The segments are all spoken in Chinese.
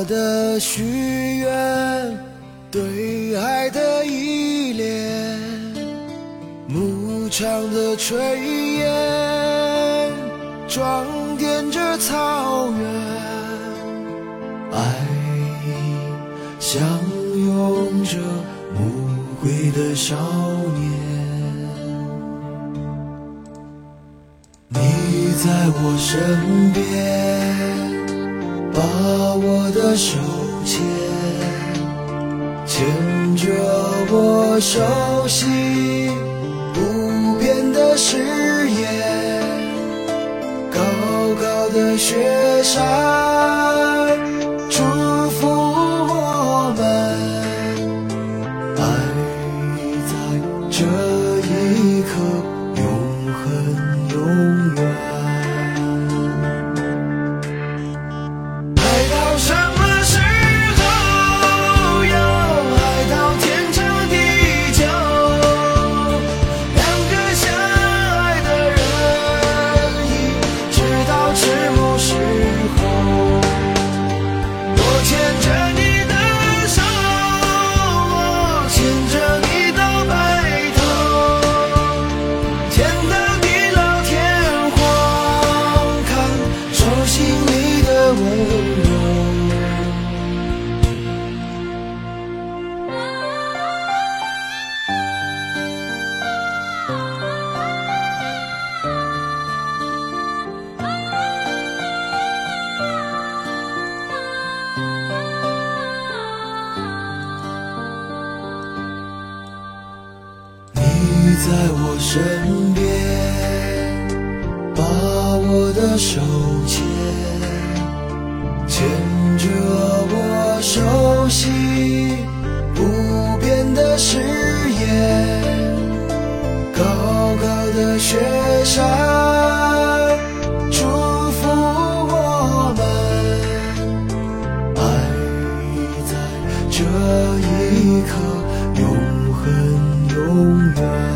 我的许愿，对爱的依恋，牧场的炊烟装点着草原，爱相拥着无悔的少年。你在我身边，把我的手牵，牵着我熟悉不变的誓言。高高的雪山祝福我们，爱在这一刻永恒永远。在我身边，把我的手牵，牵着我熟悉不变的誓言。高高的雪山祝福我们，爱在这一刻永恒永远。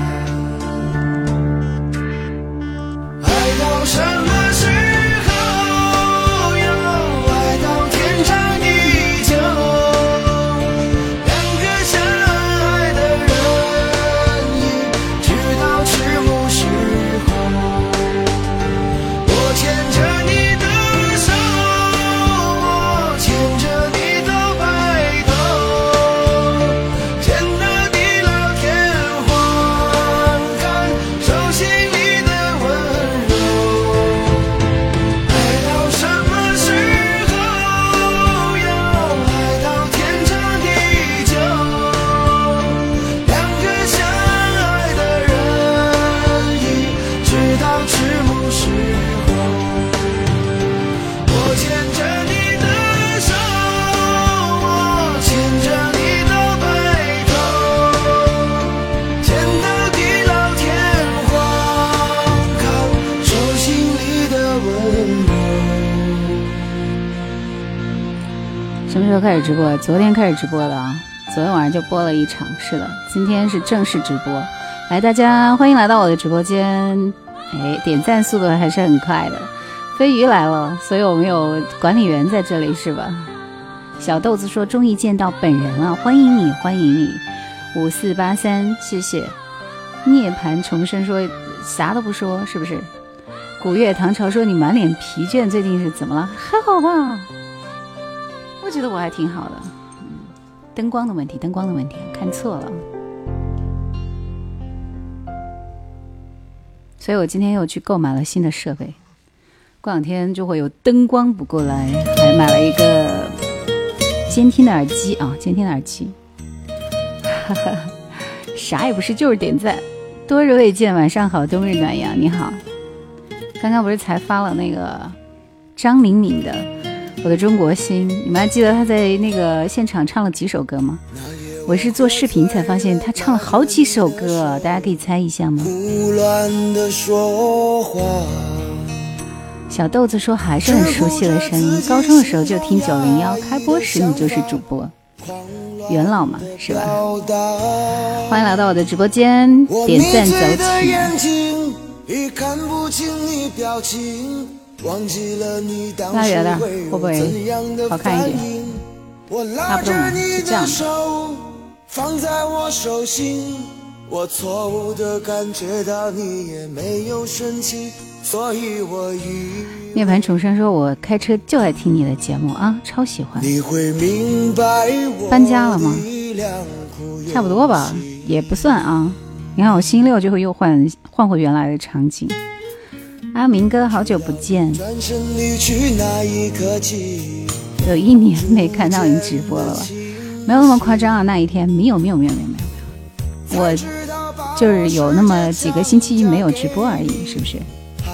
什么时候要爱到天长地久？两个相爱的人一直到迟暮时候。我牵着你的手，我牵着你的白头，牵到地老天荒，感受心里的温柔。 什么时候开始直播？昨天开始直播的啊，昨天晚上就播了一场。是的，今天是正式直播。来，大家欢迎来到我的直播间。哎，点赞速度还是很快的。飞鱼来了，所以我们有管理员在这里是吧？小豆子说终于见到本人了，欢迎你，欢迎你。5483，谢谢。涅槃重生说啥都不说，是不是？古月唐朝说你满脸疲倦，最近是怎么了？还好吧？我觉得我还挺好的。灯光的问题，灯光的问题，看错了。所以我今天又去购买了新的设备，过两天就会有灯光补过来，还买了一个监听的耳机啊，监听的耳机。啥也不是，就是点赞。多日未见，晚上好，冬日暖阳，你好。刚刚不是才发了那个张敏敏的我的中国心，你们还记得他在那个现场唱了几首歌吗？我是做视频才发现他唱了好几首歌，大家可以猜一下吗？小豆子说还是很熟悉的声音，高中的时候就听901，开播时你就是主播，元老嘛，是吧？欢迎来到我的直播间，点赞走起。 拉远点会不会好看一点？拉不动了，是这样的。 放在我手心，我错误的感觉到你也没有生气，所以我涅槃重生说我开车就爱听你的节目啊，超喜欢。 你会明白我搬家了吗？差不多吧，也不算啊。你看我星期六就会又换回原来的场景。阿明哥好久不见，有1年没看到你直播了吧？没有那么夸张啊，那一天没有，我就是有那么几个星期没有直播而已，是不是？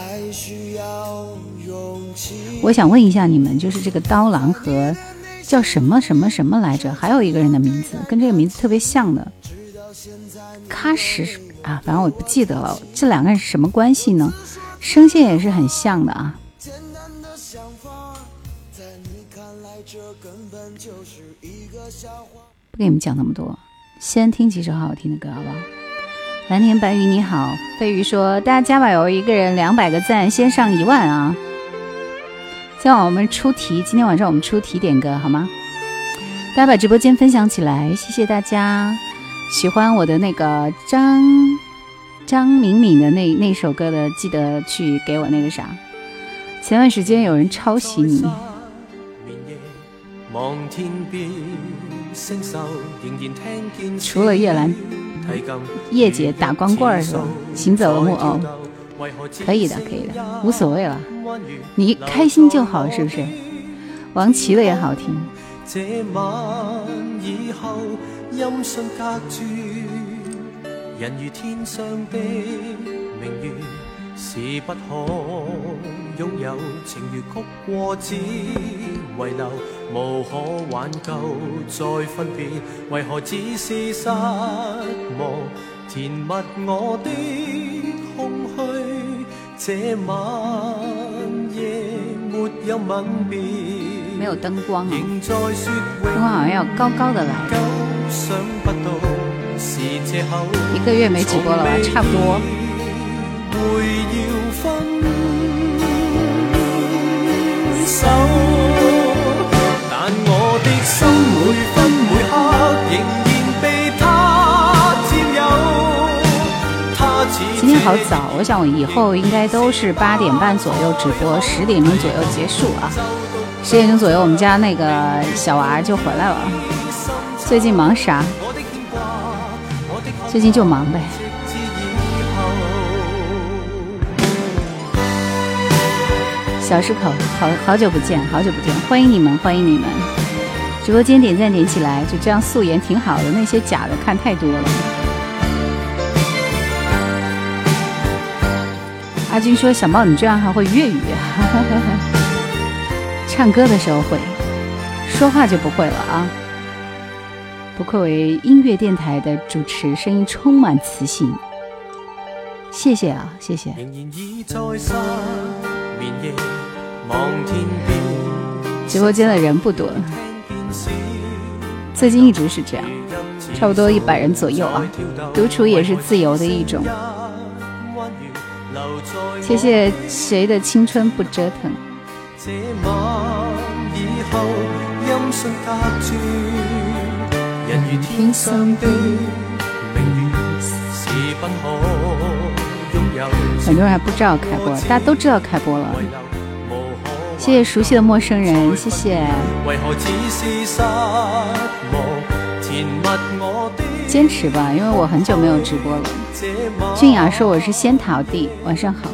我想问一下你们，就是这个刀郎和叫什么什么什么来着？还有一个人的名字跟这个名字特别像的，喀什啊，反正我不记得了。这两个人是什么关系呢？声线也是很像的啊。不给你们讲那么多，先听几首好听的歌好不好？蓝天白云你好，飞鱼说大家加把油，一个人200个赞，先上1万啊！今晚我们出题，今天晚上我们出题点歌好吗？大家把直播间分享起来，谢谢大家。喜欢我的那个张敏敏的那首歌的，记得去给我那个啥。前段时间有人抄袭你。除了叶姐打光棍是吧？行走的木偶，可以的，无所谓了，你开心就好，是不是？王琦的也好听。这晚以后音讯隔绝，人如天上的明月，是不可拥有，情如曲過只遺留，無可挽救再分別，為何只是失望填密我的空虛，這晚夜沒有吻別，沒有燈光啊，燈光好像要高高的來，1個月沒直播了吧，差不多。但我的心每分每刻仍然被他佔有。今天好早，我想我以後應該都是8點半左右直播，10點鐘左右結束啊。10點鐘左右我們家那個小娃就回來了。最近忙啥？最近就忙唄。小石口，好久不见，欢迎你们，直播间点赞点起来，就这样素颜挺好的，那些假的看太多了。阿军说小猫你这样还会粤语唱歌的时候会，说话就不会了啊。不愧为音乐电台的主持，声音充满磁性，谢谢啊，谢谢。直播间的人不多，最近一直是这样，差不多100人左右啊。独处也是自由的一种。谢谢谁的青春不折腾。天上的很多人还不知道开播，大家都知道开播了。谢谢熟悉的陌生人，谢谢。坚持吧，因为我很久没有直播了。俊雅说我是仙桃弟，晚上好。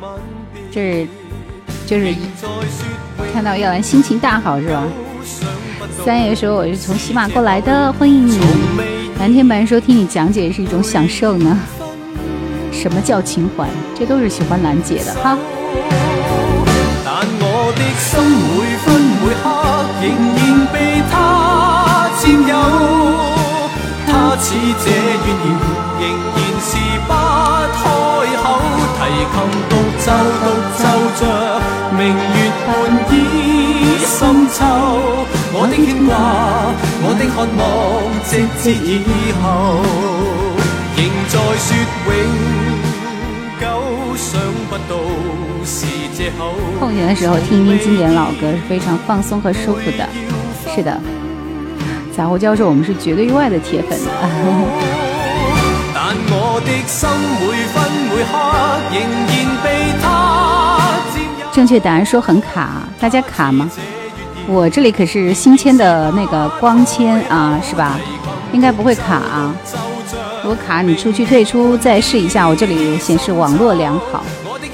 就是看到叶兰心情大好是吧？三爷说我是从喜马过来的，欢迎你。蓝天白说听你讲解是一种享受呢。什么叫情怀？这都是喜欢兰姐的哈。但我的心每分每刻仍然被他佔有，他似這怨言仍然是不開口，提琴獨奏着明月半倚深秋，我的牽掛，我的渴望，直至以後，仍在說永久，想不到是空闲的时候听一听经典老歌是非常放松和舒服的。是的，杂胡教授我们是绝对意外的铁粉的。 但我的心每分每刻仍然被他佔有。 正确答案说很卡，大家卡吗？我这里可是新签的那个光纤啊，是吧？应该不会卡啊。如果卡，你出去退出再试一下。我这里显示网络良好。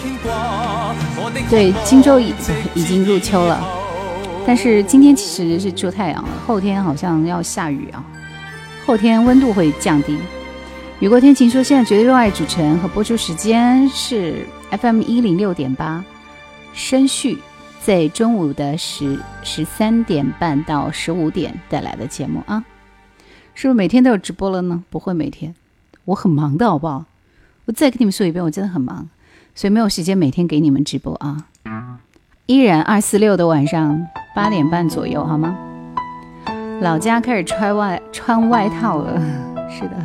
对，荆州已经入秋了，但是今天其实是出太阳了，后天好像要下雨啊，后天温度会降低。雨过天晴说，现在绝对热爱主持人和播出时间是 FM 106.8，申旭在中午的13点半到15点带来的节目啊，是不是每天都有直播了呢？不会每天，我很忙的好不好？我再跟你们说一遍，我真的很忙，所以没有时间每天给你们直播啊。依然246的晚上8点半左右，好吗？老家开始穿外套了，是的。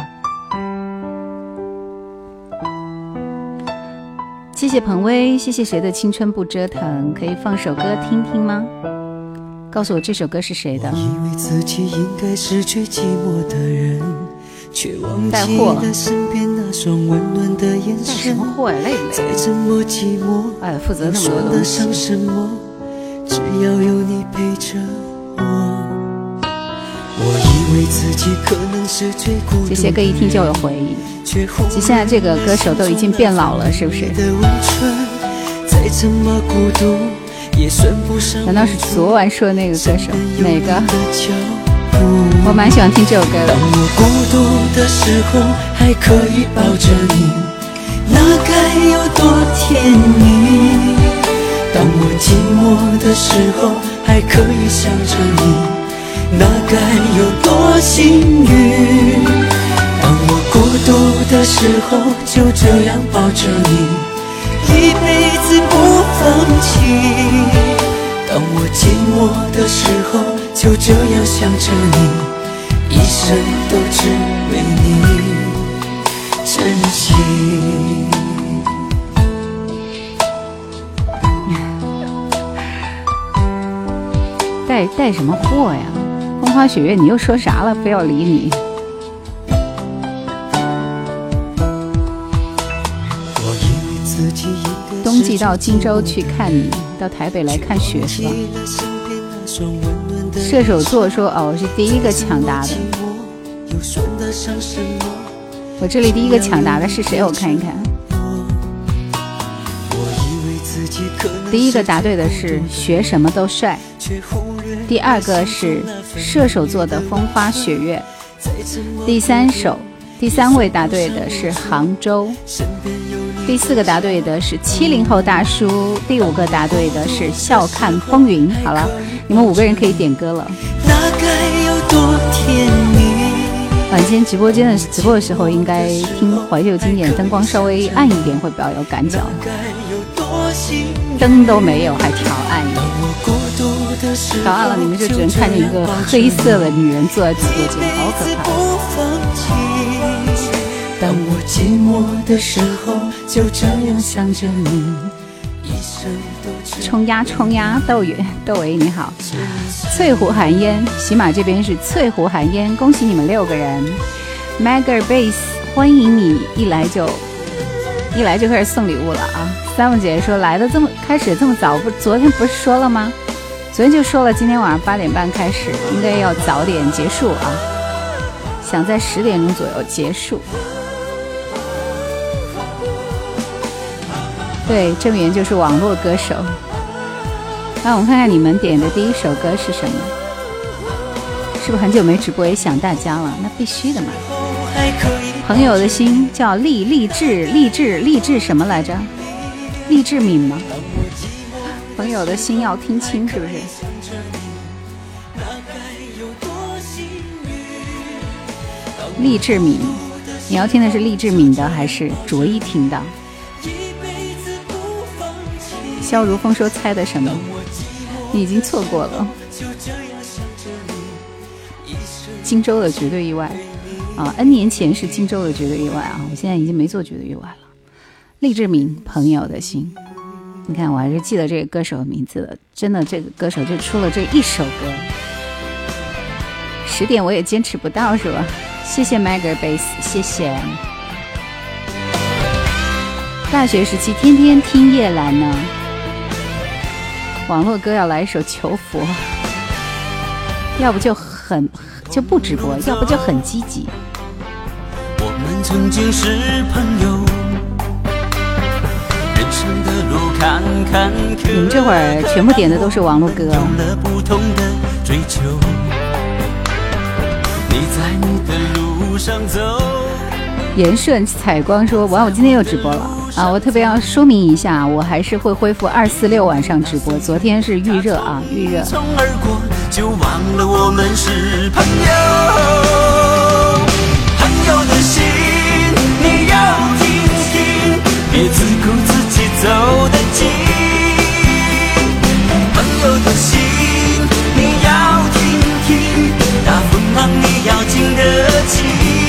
谢谢彭威，谢谢谁的青春不折腾，可以放首歌听听吗？告诉我这首歌是谁的？ 我以为自己应该是最寂寞的人，却忘记了身边那双温暖的眼神。 带什么货呀？累不累？ 再怎么寂寞， 哎，负责那么多东西。 说得上什么？只要有你陪着我。我以为自己可能是最孤独的人， 这些歌一听就有回忆。其实现在这个歌手都已经变老了，是不是？ 再怎么孤独也算不上。 难道是昨晚说的那个歌手？哪个？我蛮喜欢听这首歌的。 当我孤独的时候还可以抱着你，那该有多甜蜜。当我寂寞的时候还可以想着你，那该有多幸运。当我孤独的时候就这样抱着你，一辈子不放弃。当我寂寞的时候就这样想着你，一生都只为你珍惜。 带什么货呀？风花雪月你又说啥了？非要理你。冬季到荆州去看你，到台北来看雪是吧？射手座说哦，是第一个抢答的。我这里第一个抢答的是谁？我看一看。第一个答对的是学什么都帅，第二个是射手座的风花雪月，第三位答对的是杭州，第四个答对的是70后大叔，第5个答对的是笑看风云。好了，你们5个人可以点歌了。晚间直播间的直播的时候应该听怀旧经典，灯光稍微暗一点会比较有感觉，灯都没有还调暗一点，调暗了你们就只能看见一个黑色的女人坐在直播间，好可怕。当我寂寞的时候就这样想着你，冲呀窦唯你好，翠湖寒烟，喜马这边是翠湖寒烟，恭喜你们6个人。 Mager Base 欢迎你，一来就开始送礼物了啊。Sam 姐说来的开始这么早，昨天不是说了吗？昨天就说了今天晚上8点半开始，应该要早点结束啊，想在10点钟左右结束。对，郑源就是网络歌手。那我们看看你们点的第一首歌是什么？是不是很久没直播也想大家了？那必须的嘛。朋友的心叫励志什么来着？励志敏吗？朋友的心要听清是不是？励志敏，你要听的是励志敏的还是卓依婷的？萧如风说猜的什么？你已经错过了。荆州的绝对意外啊 ！N 年前是荆州的绝对意外啊！我现在已经没做绝对意外了。励志敏，朋友的心。 你看我还是记得这个歌手的名字的，真的这个歌手就出了这一首歌。10点我也坚持不到是吧？谢谢 Mager Bass， 谢谢。大学时期天天听叶兰呢，网络歌要来一首求佛，要不就不直播，要不就很积极。 我们曾经是朋友，人生的路坎坎坷， 你们这会儿全部点的都是网络歌， 有了不同的追求，你在你的路上走。 严顺采光说哇，我今天又直播了啊！我特别要说明一下，我还是会恢复246晚上直播，昨天是预热啊，预热。 冲而过就忘了我们是朋友，朋友的心你要听听，别自顾自己走得近，朋友的心你要听听，大风浪你要经得起，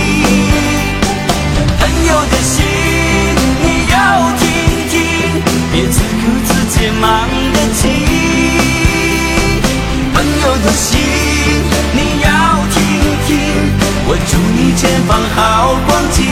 朋友的心你要听听，别自顾自己忙得起，朋友的心你要听听，我祝你前方好光景。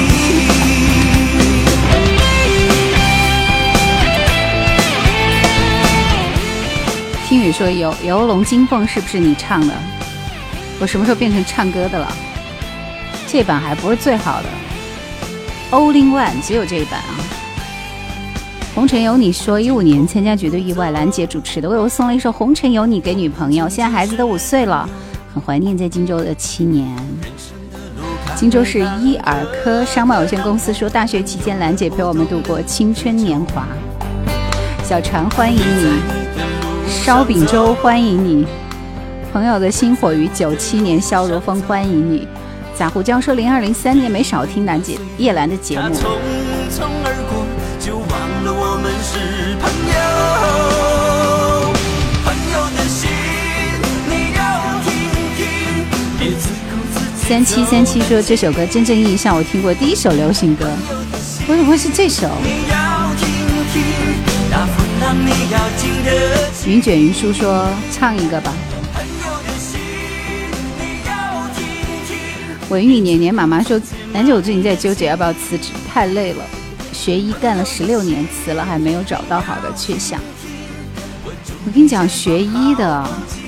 听雨说游龙金凤是不是你唱的？我什么时候变成唱歌的了？这版还不是最好的 All in One 只有这一版啊。红尘有你说15年参加绝对意外，兰姐主持的，为我送了一首《红尘有你》给女朋友，现在孩子都5岁了，很怀念在荆州的7年。荆州市伊尔科商贸有限公司说，大学期间兰姐陪我们度过青春年华。小船欢迎你，烧饼粥欢迎你，朋友的星火于97年萧如风欢迎你。杂胡椒说0203年没少听兰姐叶兰的节目。 匆匆而过就忘了我们是朋友，朋友的心你要听听，别自顾自己。 3737说这首歌真正意义上我听过第一首流行歌，为什么会是这首？云卷云舒说唱一个吧。文玉年年妈妈说，兰姐我最近在纠结要不要辞职，太累了，学医干了16年，辞了还没有找到好的去向。我跟你讲，学医的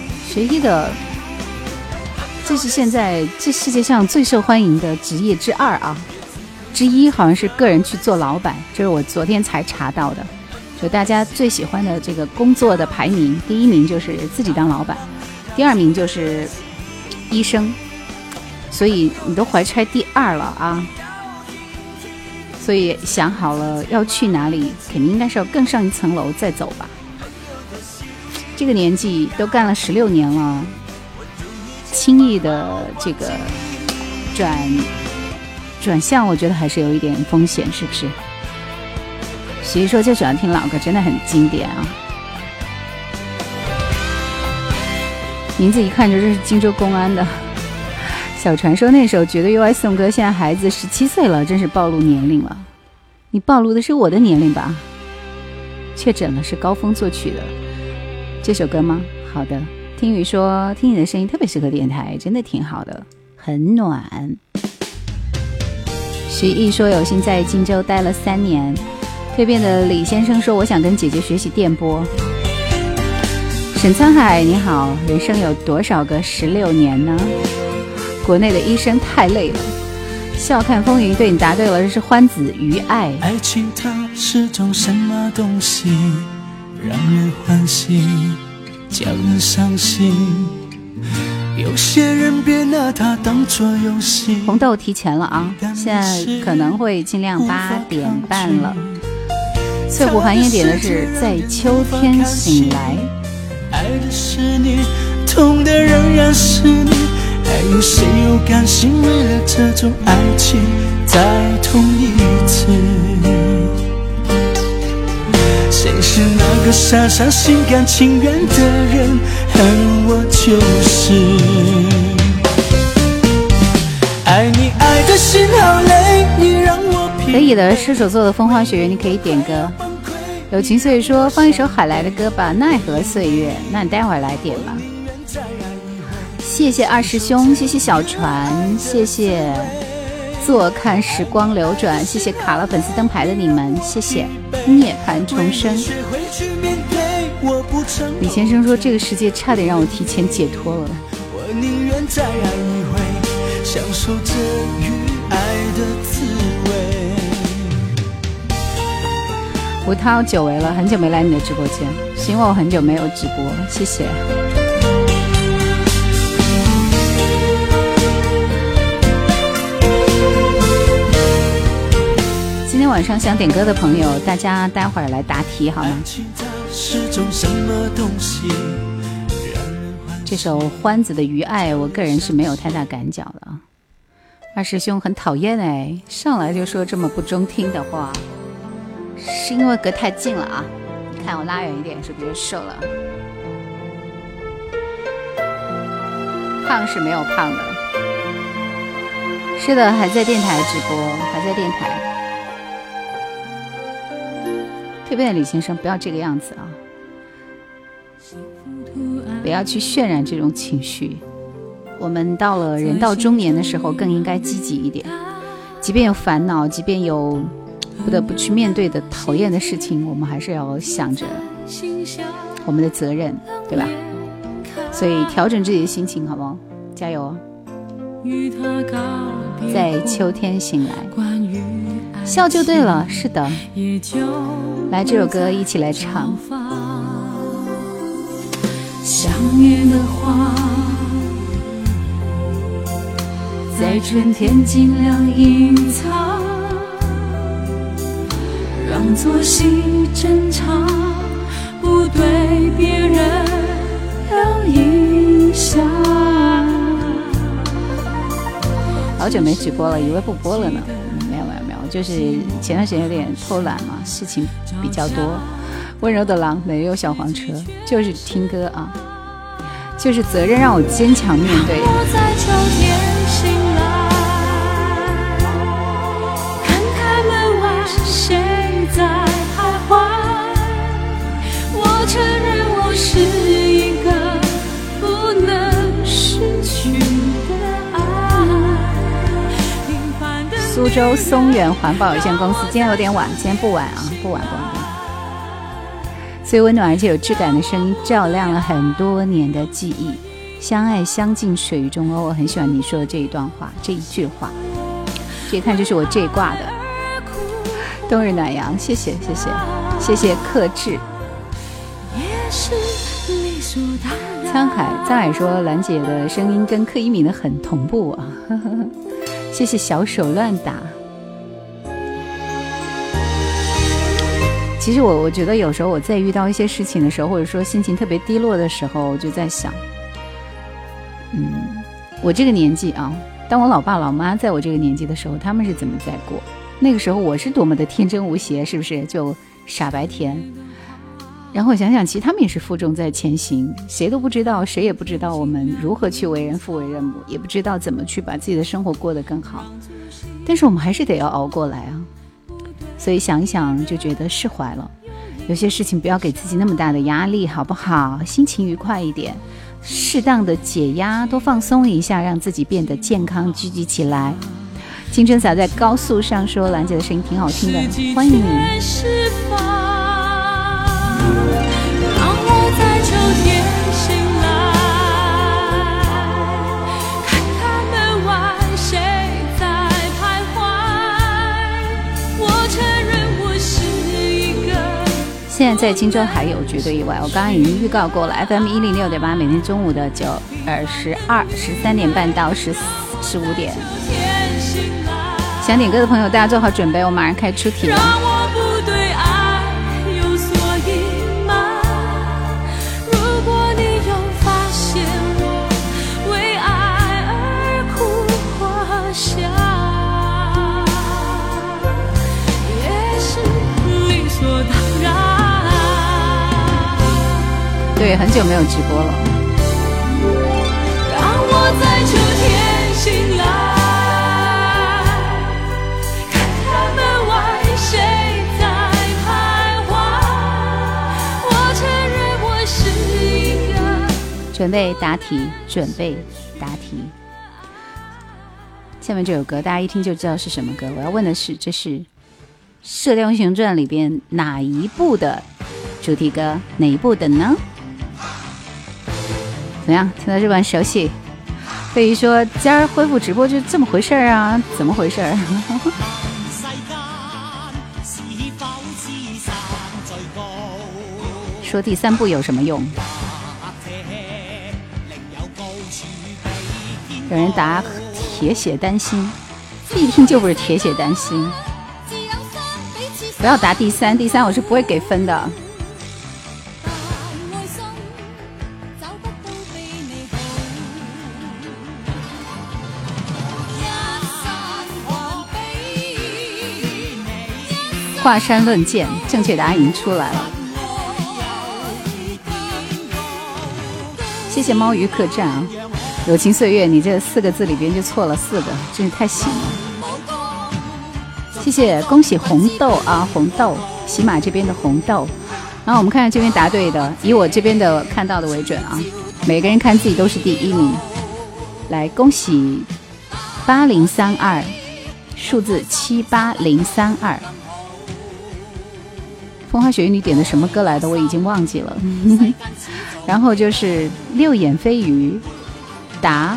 这是现在这世界上最受欢迎的职业之2啊，之1好像是个人去做老板，这是我昨天才查到的。就大家最喜欢的这个工作的排名，第1名就是自己当老板，第2名就是医生，所以你都怀揣第2了啊！所以想好了要去哪里，肯定应该是要更上一层楼再走吧。这个年纪都干了16年了，轻易的这个转向，我觉得还是有一点风险，是不是？谁说就喜欢听老歌，真的很经典啊！名字一看就这是荆州公安的。小传说那首绝对 UI 颂歌，现在孩子17岁了，真是暴露年龄了。你暴露的是我的年龄吧？确诊了，是高峰作曲的这首歌吗？好的。听雨说听你的声音特别适合电台，真的挺好的，很暖。徐毅说有幸在荆州待了3年。蜕变的李先生说我想跟姐姐学习电波。沈沧海你好，人生有多少个16年呢？国内的医生太累了。笑看风云，对你答对了，这是欢子于爱。 爱情它是种什么东西，让人欢喜叫人伤心，有些人别拿它当作游戏。 红豆提前了啊，现在可能会尽量8点半了。翠湖寒烟点的是在秋天醒来。 爱的是你，痛的仍然是你，还有谁又甘心为了这种爱情再痛一次？谁是那个傻傻心甘情愿的人？恨我就是爱你爱的心好累，你让我可以的，射手座的风花雪月你可以点歌。 有情所以说放一首海来的歌吧，奈何岁月。那你待会儿来点吧。谢谢二师兄，谢谢小船，谢谢坐看时光流转，谢谢卡了粉丝灯牌的你们，谢谢涅槃重生。李先生说这个世界差点让我提前解脱了。 我宁愿再爱一回，享受这与爱的滋味。 吴涛久违了，很久没来你的直播间，是因为我很久没有直播，谢谢。今天晚上想点歌的朋友，大家待会儿来答题好吗？这首欢子的《余爱》，我个人是没有太大感觉的啊。二师兄很讨厌哎，上来就说这么不中听的话，是因为隔太近了啊。你看我拉远一点，是不是就瘦了？胖是没有胖的，是的，还在电台直播，还在电台。蜕变的李先生，不要这个样子啊！不要去渲染这种情绪。我们到了人到中年的时候，更应该积极一点。即便有烦恼，即便有不得不去面对的讨厌的事情，我们还是要想着我们的责任，对吧？所以调整自己的心情，好不好？加油啊！在秋天醒来，笑就对了，是的。来，这首歌一起来唱。想念的花，在春天尽量隐藏，让作息正常，不对别人有影响。好久没直播了，以为不播了呢。没有，就是前段时间有点偷懒嘛，事情比较多。温柔的狼，没有小黄车，就是听歌啊，就是责任让我坚强面对。我在秋天醒来，看看门外谁在徘徊，我承认我是一个不能失去的爱。苏州松远环保有限公司，今天有点晚，今天不晚啊，不晚。最温暖而且有质感的声音，照亮了很多年的记忆。相爱相敬水与中欧，我很喜欢你说的这一段话，这一句话。这一看就是我这一挂的。冬日暖阳，谢谢克制。沧海说兰姐的声音跟柯一鸣的很同步啊，谢谢小手乱打。其实我觉得有时候我在遇到一些事情的时候，或者说心情特别低落的时候，我就在想，我这个年纪啊，当我老爸老妈在我这个年纪的时候，他们是怎么在过？那个时候我是多么的天真无邪，是不是就傻白甜？然后想想，其实他们也是负重在前行，谁都不知道，谁也不知道我们如何去为人父为人母，也不知道怎么去把自己的生活过得更好，但是我们还是得要熬过来啊。所以想一想就觉得释怀了，有些事情不要给自己那么大的压力，好不好？心情愉快一点，适当的解压，多放松一下，让自己变得健康积极起来。青春洒在高速上说兰姐的声音挺好听的，欢迎你。让我在秋天醒来，看看门外谁在徘徊，我承认我是一个。现在在荆州还有绝对意外，我刚刚已经预告过了 FM 106.8，每天中午的13点半到15点。想点歌的朋友，大家做好准备，我马上开始出题了。让我不对爱有所隐瞒，如果你有发现我为爱而哭或笑，也是理所当然。对，很久没有直播了。让我在秋天醒来，谁在徘徊， 准备答题，准备答题。下面这首歌大家一听就知道是什么歌，我要问的是，这是《射雕英雄传》里边哪一部的主题歌？哪一部的呢？怎么样？听到这版熟悉？飞鱼说今儿恢复直播就这么回事啊？怎么回事？说第3部有什么用？有人答铁血丹心，一听就不是铁血丹心。不要答第3，第3我是不会给分的。华山论剑，正确答案已经出来了。谢谢猫鱼客栈啊，友情岁月，你这4个字里边就错了4个，真是太行了。谢谢，恭喜红豆啊，红豆，喜马这边的红豆。然后我们看看这边答对的，以我这边的看到的为准啊，每个人看自己都是第1名。来，恭喜8032，数字78032。风花雪月你点的什么歌来的？我已经忘记了。然后就是六眼飞鱼，答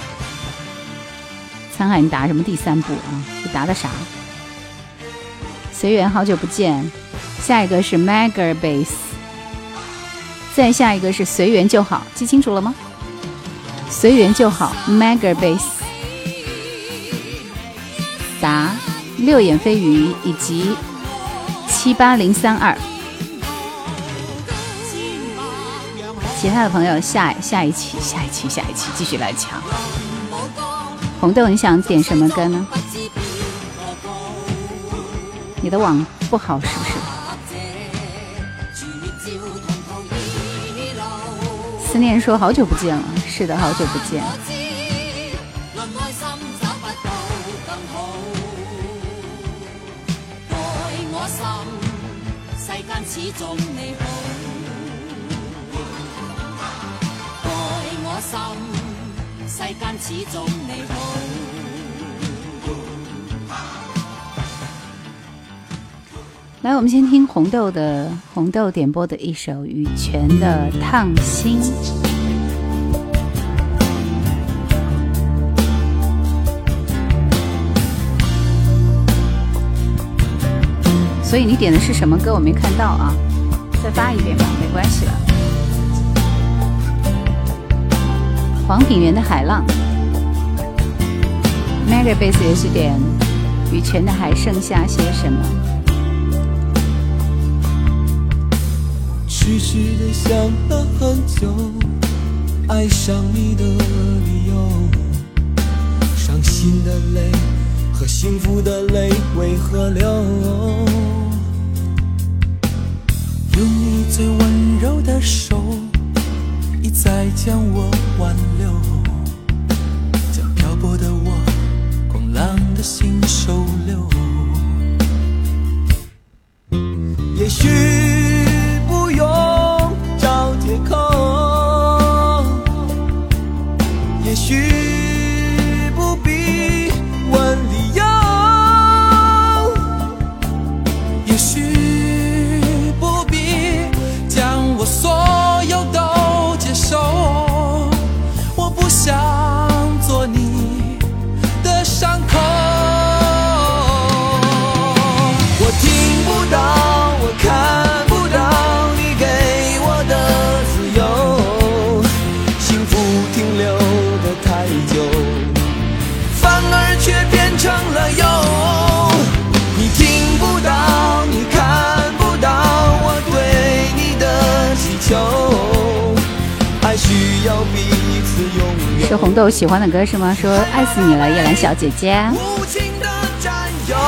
沧海，你答什么第3部啊？你答的啥？随缘，好久不见。下一个是 Mager Base， 再下一个是随缘就好，记清楚了吗？随缘就好 Mager Base， 答六眼飞鱼以及78032。其他的朋友下一期继续来抢。红豆，你想点什么歌呢？你的网不好是不是？思念说好久不见了，是的，好久不见。来，我们先听红豆点播的一首羽泉的《烫心》。所以你点的是什么歌？我没看到啊，再发一遍吧，没关系了。黄品源的《海浪》，Mager Base 也是点羽泉的《还剩下些什么》。 痴痴地想了很久，爱上你的理由，伤心的泪和幸福的泪为何流？有你最温柔的手，一再将我挽留，将漂泊的我狂浪的心收留。也许不用找借口，也许不必问理由，也许不必将我所有都接受。我不想做你的伤口，我听不到，我看不到你给我的自由，幸福停留得太久，反而却变成了忧。你听不到，你看不到我对你的祈求，爱需要彼此拥有。 是红豆喜欢的歌是吗？说爱死你了，叶兰小姐姐。 无情的占有。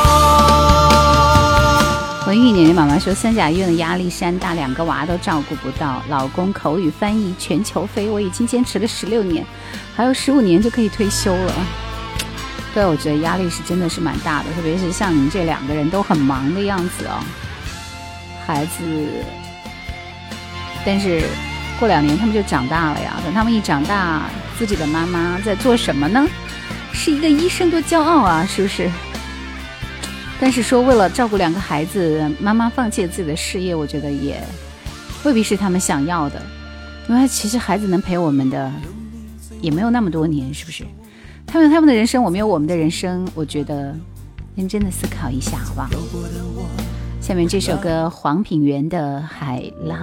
文玉年年妈妈说，三甲医院的压力山大，2个娃都照顾不到，老公口语翻译全球飞，我已经坚持了16年，还有15年就可以退休了。对，我觉得压力是真的是蛮大的，特别是像您这2个人都很忙的样子哦，孩子，但是过2年他们就长大了呀。等他们一长大，自己的妈妈在做什么呢？是一个医生多骄傲啊，是不是？但是说为了照顾2个孩子，妈妈放弃了自己的事业，我觉得也未必是他们想要的。因为其实孩子能陪我们的也没有那么多年，是不是？他们有他们的人生，我们有我们的人生，我觉得认真的思考一下好不好？下面这首歌黄品源的《海浪》。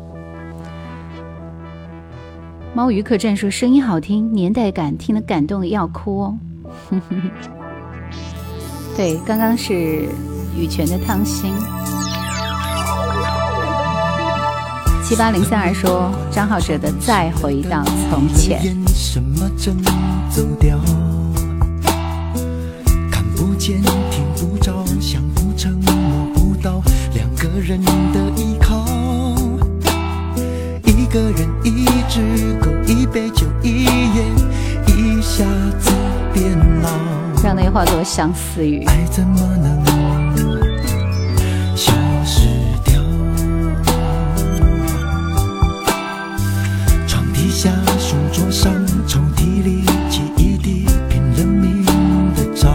猫鱼客栈说声音好听，年代感，听得感动的要哭哦。对，刚刚是羽泉的《汤心》。7803说张浩哲的《再回到从前》。 什么正走掉，看不见听不着想不成摸不到，2个人的依靠，一个人一只狗一杯酒一夜，一下子变老， 让那话多相思语， 爱怎么能消失掉？床底下书桌上抽屉里记忆地拼了命的找，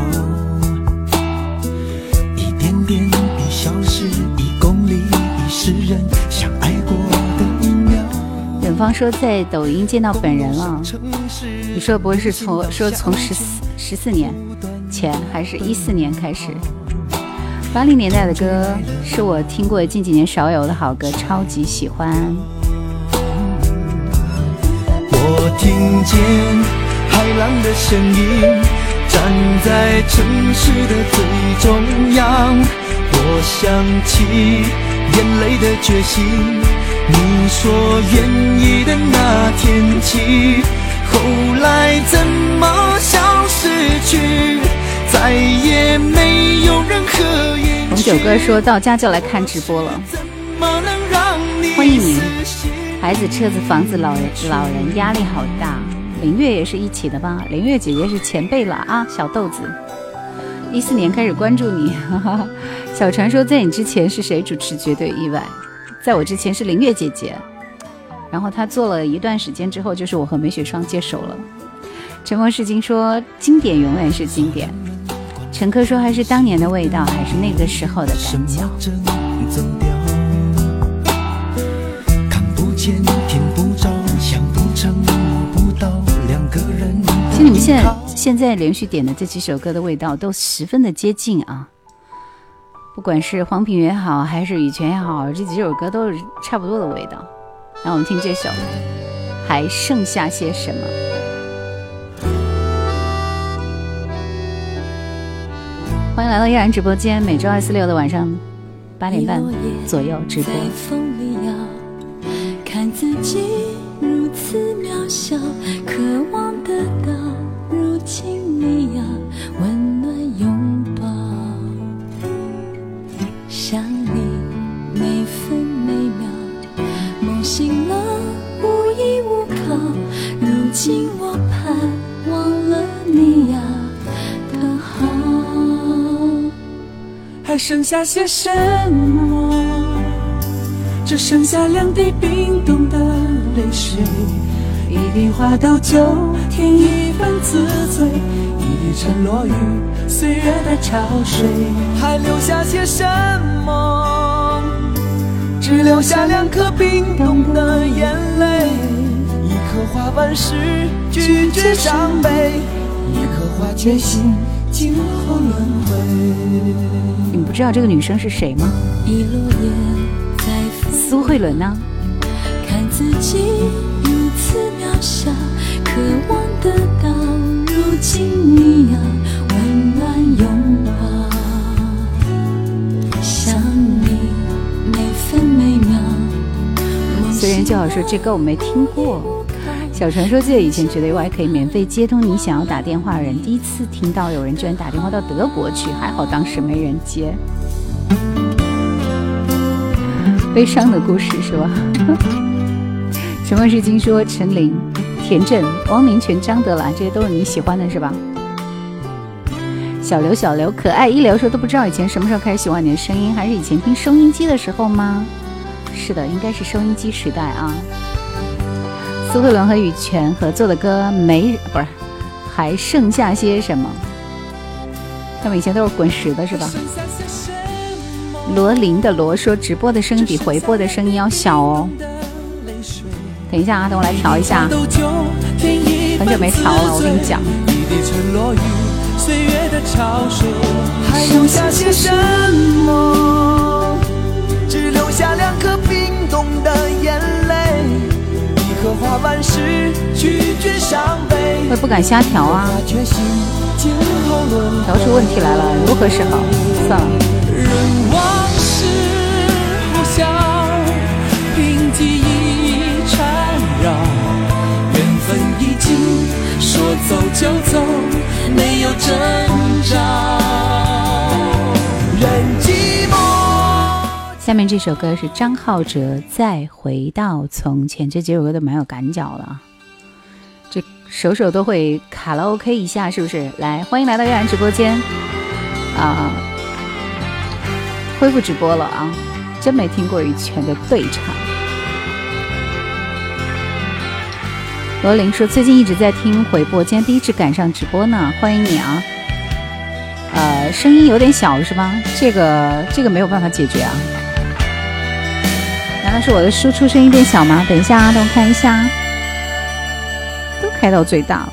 一点点已消失，1公里已是人相爱过的1秒。 远方说在抖音见到本人了，你说不会是从14年前，还是14年开始？80年代的歌是我听过近几年少有的好歌，超级喜欢。 我听见海浪的声音，站在城市的最中央，我想起眼泪的决心，你说愿意的那天起，后来怎么消失去，再也没有任何音。 红酒哥说到家就来看直播了，欢迎你。孩子、车子、房子、老人压力好大。林月也是一起的吧？林月姐姐是前辈了啊，小豆子。14年开始关注你，哈哈。小传说在你之前是谁主持？绝对意外。在我之前是林月姐姐，然后她做了一段时间之后，就是我和梅雪霜接手了。沉默是金说经典永远是经典。陈科说还是当年的味道，还是那个时候的感觉。 听不着想不成摸不到，2个人。 其实你们现在连续点的这几首歌的味道都十分的接近啊，不管是黄品源也好，还是羽泉也好，这几首歌都是差不多的味道。然后我们听这首还剩下些什么。欢迎来到依然直播间，每周2、4、6的晚上8点半左右直播。 看自己如此渺小，渴望得到如今你呀温暖拥抱，想你每分每秒，梦醒了无依无靠，如今我盼望了你呀的好， 还剩下些什么？只剩下2滴冰冻的泪水，一滴花豆酒添1份自醉，一滴沉落于岁月的潮水。 还留下些什么？只留下2颗冰冻的眼泪，一颗花瓣时拒绝伤悲，一颗花决心今后轮回。 你们不知道这个女生是谁吗？ 一落叶苏慧伦呢？ 看自己如此渺小，渴望得到如今你呀温暖拥抱，想你每分每秒。 虽然就好说这歌我没听过，小传说记得以前觉得 UI 可以免费接通你想要打电话的人，第一次听到有人居然打电话到德国去，还好当时没人接。悲伤的故事是吧？什么是金说陈琳、田震、汪明荃、张德兰，这些都是你喜欢的是吧？小刘可爱一流说都不知道以前什么时候开始喜欢你的声音，还是以前听收音机的时候吗？是的，应该是收音机时代啊。 苏慧伦和羽泉合作的歌不是还剩下些什么？他们以前都是滚石的是吧？罗琳的罗说直播的声音比回播的声音要小哦。等一下啊，等我来调一下，很久没调了，我跟你讲。 还留下些什么？只留下2颗冰冻的眼泪，一颗花瓣时拒绝伤悲。 我也不敢瞎调啊，调出问题来了，如何是好？算了。 任往事呼啸，凭记忆缠绕，缘分已经说走就走，没有征兆。 任寂寞。 下面这首歌是张浩哲《再回到从前》，这几首歌都蛮有感脚的啊，这首首都会卡拉 OK 一下，是不是？来，欢迎来到月然直播间啊！恢复直播了啊！真没听过羽泉的对唱。罗琳说最近一直在听回播，今天第一次赶上直播呢，欢迎你啊！声音有点小是吧？这个没有办法解决啊。难道是我的输出声音变小吗？等一下啊，等我看一下，都开到最大了。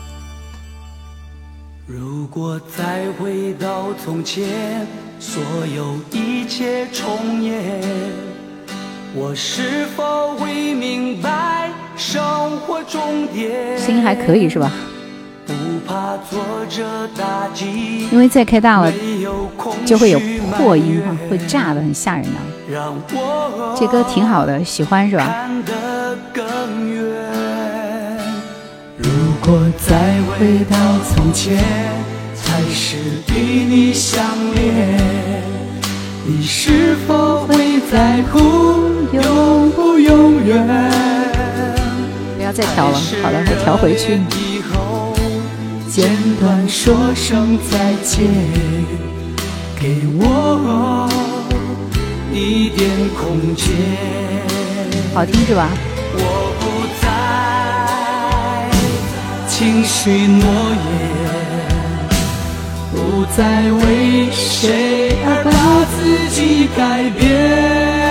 如果再回到从前，所有一切重演，我是否会明白生活终点？ 声音还可以是吧？ 不怕挫折打击， 因为再开大了就会有破音哈，会炸的很吓人的。 让我这歌挺好的，喜欢是吧？ 看得更远。如果再回到从前，才是与你相恋，你是否会在乎永不永远？ 不要再调了，好了，我调回去。 简短说声再见，给我一点空间。 好听是吧？ 我不再轻许诺言，不再为谁而把自己改变。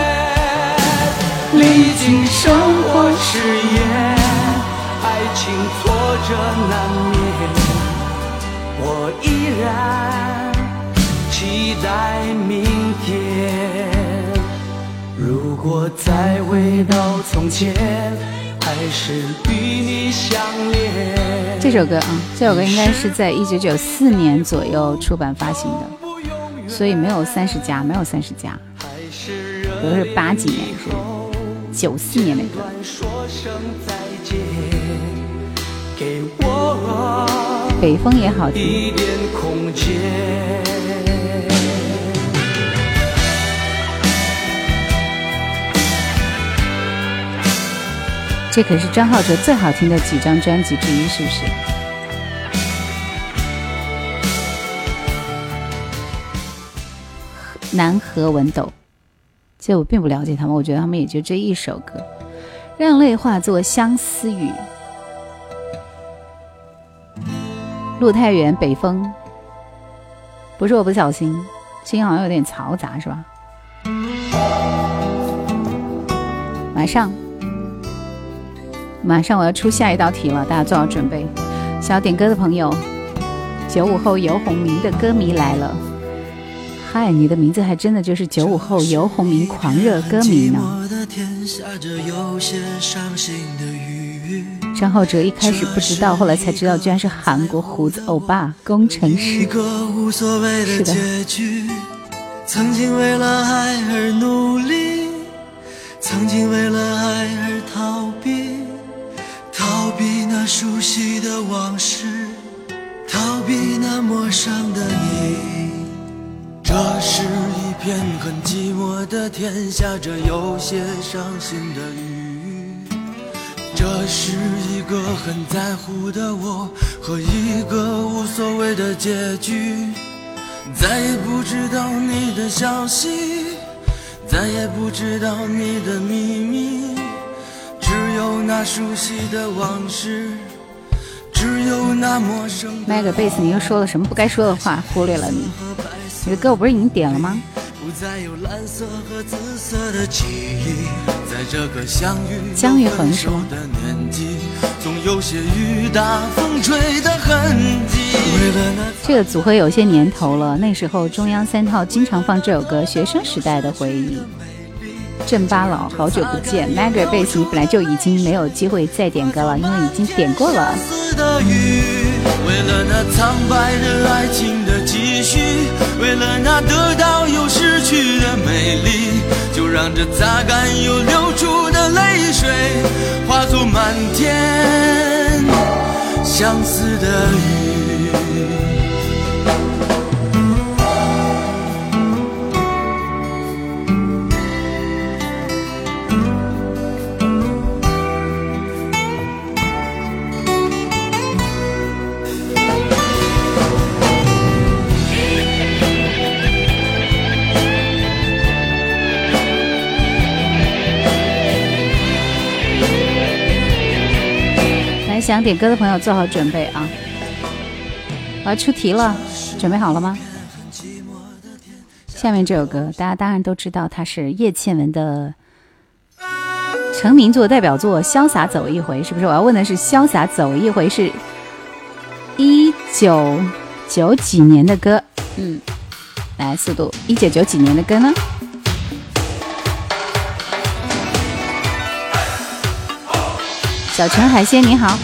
历经生活试验，爱情挫折难免，我依然期待明天。如果再回到从前，还是与你相恋。 这首歌啊，这首歌应该是在1994年左右出版发行的，所以没有30加，没有30加，都是80几年，是94年的歌。北风也好听。这可是张浩哲最好听的几张专辑之一，是不是？南河文斗，这我并不了解他们，我觉得他们也就这一首歌。让泪化作相思雨。陆太原北风，不是我不小心，声音好像有点嘈杂是吧？马上我要出下一道题了，大家做好准备。想要点歌的朋友，95后游鸿明的歌迷来了。嗨，你的名字还真的就是95后游鸿明狂热歌迷呢。张浩哲一开始不知道，后来才知道居然是韩国胡子欧巴工程师。是的， 曾经为了爱而努力，曾经为了爱而逃避，逃避那熟悉的往事，逃避那陌生的你。这是一片很寂寞的天，下着有些伤心的雨。这是一个很在乎的我和一个无所谓的结局。再也不知道你的消息，再也不知道你的秘密，只有那熟悉的往事，只有那陌生的。 麦克贝斯，你又说了什么不该说的话，忽略了你。你的歌我不是已经点了吗？ 不再有蓝色和紫色的记忆，在这个相遇姜育恒是吗？ 的年纪，总有些雨打风吹的痕迹。 这个组合有些年头了，那时候中央三套经常放这首歌，学生时代的回忆。郑八老，好久不见 Maggie Bass， 你本来就已经没有机会再点歌了，因为已经点过了。 为了那苍白的爱情的继续，为了那得到又失去的美丽，就让这擦干又流出的泪水化作满天相思的雨。 想点歌的朋友做好准备啊！我要出题了，准备好了吗？下面这首歌大家当然都知道，它是叶倩文的成名作代表作《潇洒走一回》，是不是？我要问的是《潇洒走一回》是1990几年的歌？来，速度，1990几年的歌呢？小陈海鲜你好。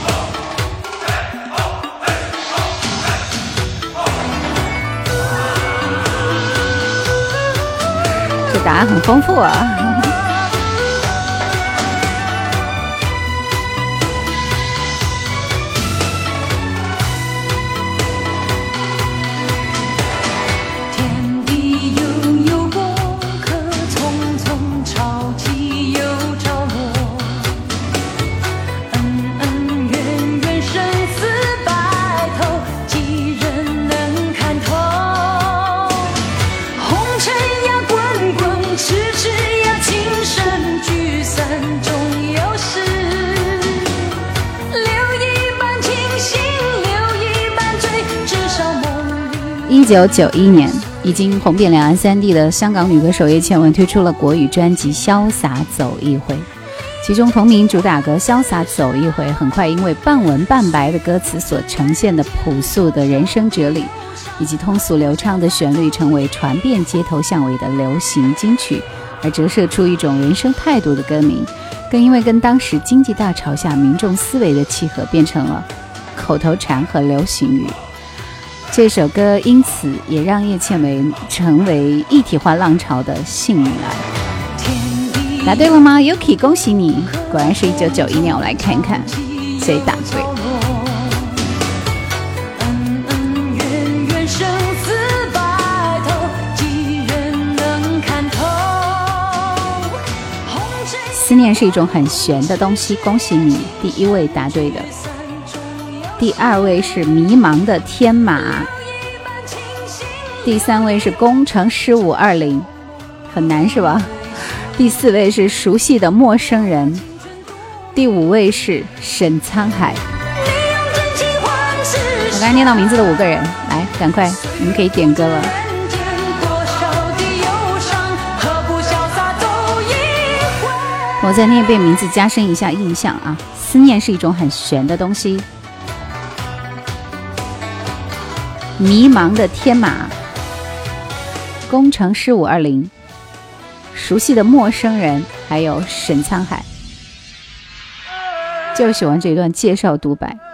这答案很丰富啊。1991年，已经红遍两岸三地的香港女歌手叶倩文推出了国语专辑《潇洒走一回》，其中同名主打歌《潇洒走一回》很快因为半文半白的歌词所呈现的朴素的人生哲理，以及通俗流畅的旋律，成为传遍街头巷尾的流行金曲，而折射出一种人生态度的歌名，更因为跟当时经济大潮下民众思维的契合，变成了口头禅和流行语。这首歌因此也让叶倩文成为一体化浪潮的幸运儿。答对了吗 Yuki， 恭喜你，果然是1991年。我来看一看谁答对。思念是一种很玄的东西，恭喜你，第一位答对的。第二位是迷茫的天马，第三位是工程师520，很难是吧？第四位是熟悉的陌生人，第五位是沈沧海。我刚才念到名字的5个人，来，赶快，你们可以点歌了。我再念一遍名字，加深一下印象啊！思念是一种很玄的东西。迷茫的天马，工程师520，熟悉的陌生人，还有沈沧海。就喜欢这一段介绍独白。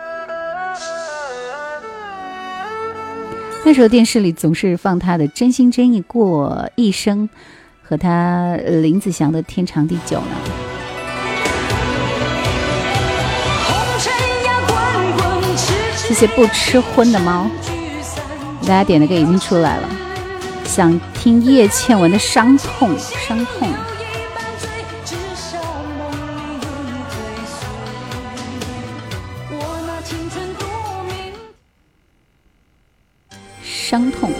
那时候电视里总是放他的《真心真意过一生》和他林子祥的《天长地久》呢。这些不吃荤的猫，大家点的歌已经出来了。想听叶倩文的伤痛，伤痛。伤痛。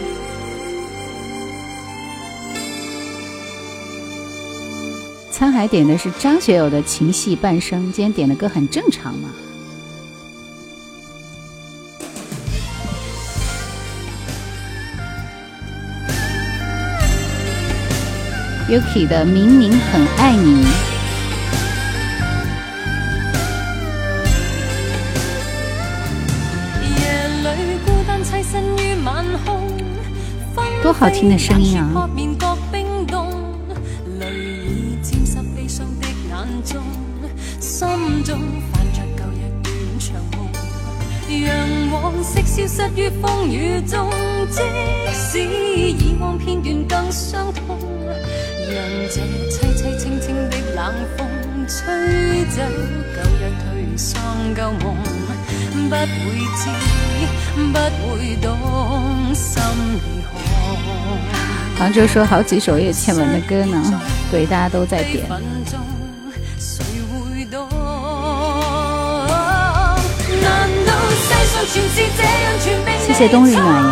沧海点的是张学友的《情系半生》，今天点的歌很正常嘛。Yuki 的《明明很爱你》。多好听的声音啊！心中泛着舊日斷腸夢，讓往昔消失於風雨中，即使以往片段更傷痛，讓這凄凄清清的冷風吹走舊日頹喪舊夢，不會知不會懂心裏寒。杭州說好幾首葉倩文的歌呢，對，大家都在點。謝謝冬日暖陽。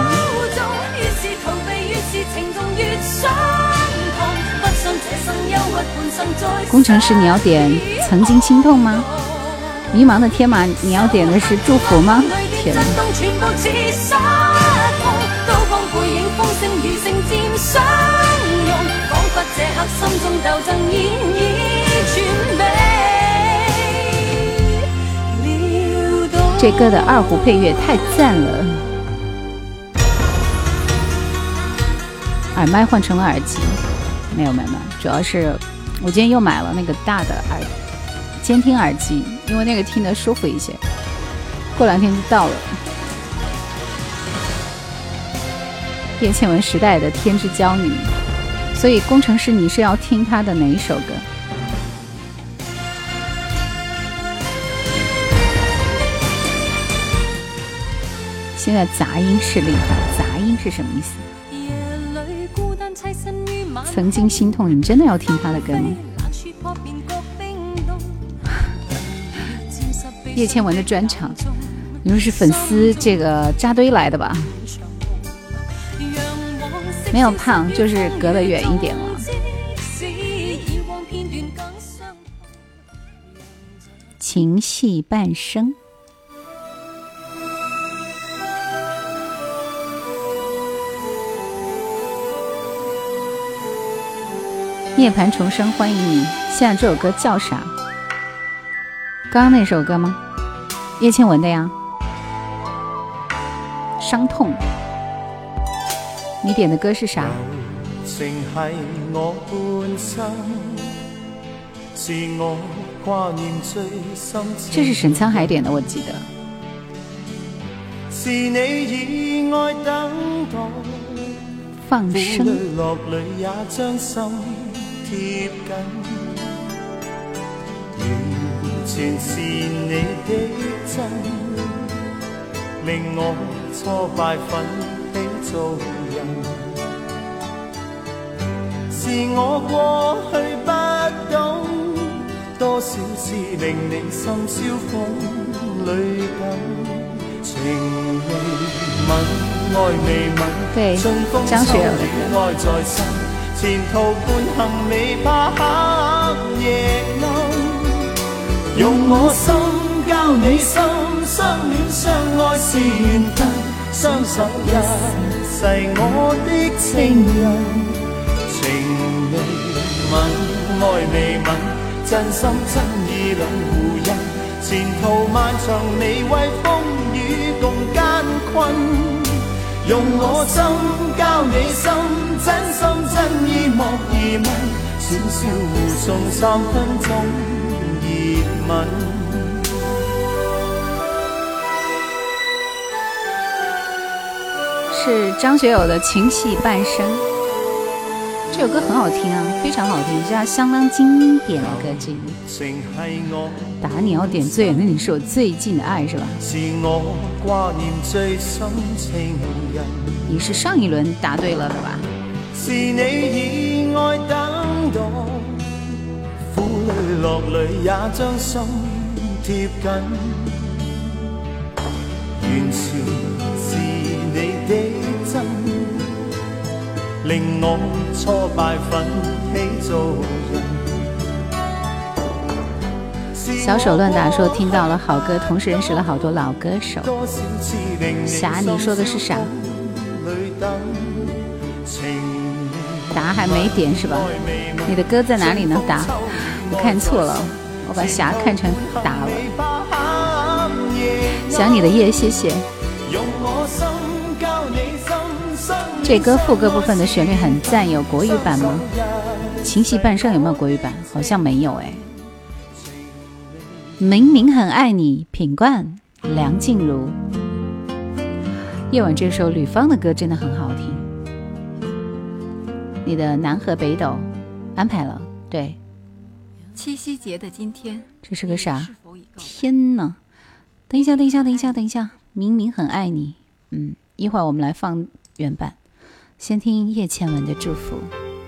工程師，你要點曾經心痛嗎？迷茫的天馬，你要點的是祝福嗎？天哪！这歌的二胡配乐太赞了，耳麦换成了耳机，没有，主要是我今天又买了那个大的监听耳机，因为那个听得舒服一些。过2天就到了。叶倩文时代的《天之娇女》，所以工程师你是要听他的哪一首歌？现在杂音是厉害，杂音是什么意思？曾经心痛，你真的要听他的歌吗？叶倩文的专场，你说是粉丝这个扎堆来的吧？没有胖，就是隔得远一点了。情系半生。涅槃重生，欢迎你。现在这首歌叫啥？刚刚那首歌吗？叶倩文的呀。伤痛。你点的歌是啥？这是沈沧海点的，我记得。是你以愛等待，放生。落淚也將心貼緊，完全是你的真，令我挫敗奮起做人。是我過去不懂，多少次令你心燒風裏緊。情未泯，愛未泯， 對，張學友的愛在身，前途伴行未怕黑夜暗，用我心交你心，相戀相愛是緣分，雙手一世我的情人。情未泯，愛未泯，真心真意兩互印。前途漫長，你為風雨共艱困，用我心交你心，真心真意莫疑問，悄悄互送3分鐘熱吻。 是張學友的《情繫半生》，這首歌很好聽啊，非常好聽，是相當經典的歌之一。打你要點最遠的你是我最近的愛是吧？是我掛念最深情人。你是上一輪答對了的吧？是你以愛等待，苦淚落淚也將心貼緊，完全是你的真，令我挫敗奮起做人。 小手乱打说听到了好歌，同时认识了好多老歌手。霞，你说的是啥？答还没点是吧？你的歌在哪里呢？答，我看错了，我把霞看成答了。想你的夜，谢谢。这歌副歌部分的旋律很赞，有国语版吗？情系半生有没有国语版？好像没有哎。明明很爱你，品冠，梁静茹。夜晚这首吕方的歌真的很好听。你的南河北斗安排了，对。 七夕节的今天， 这是个啥？天哪！等一下，明明很爱你。一会儿我们来放原版，先听叶倩文的祝福。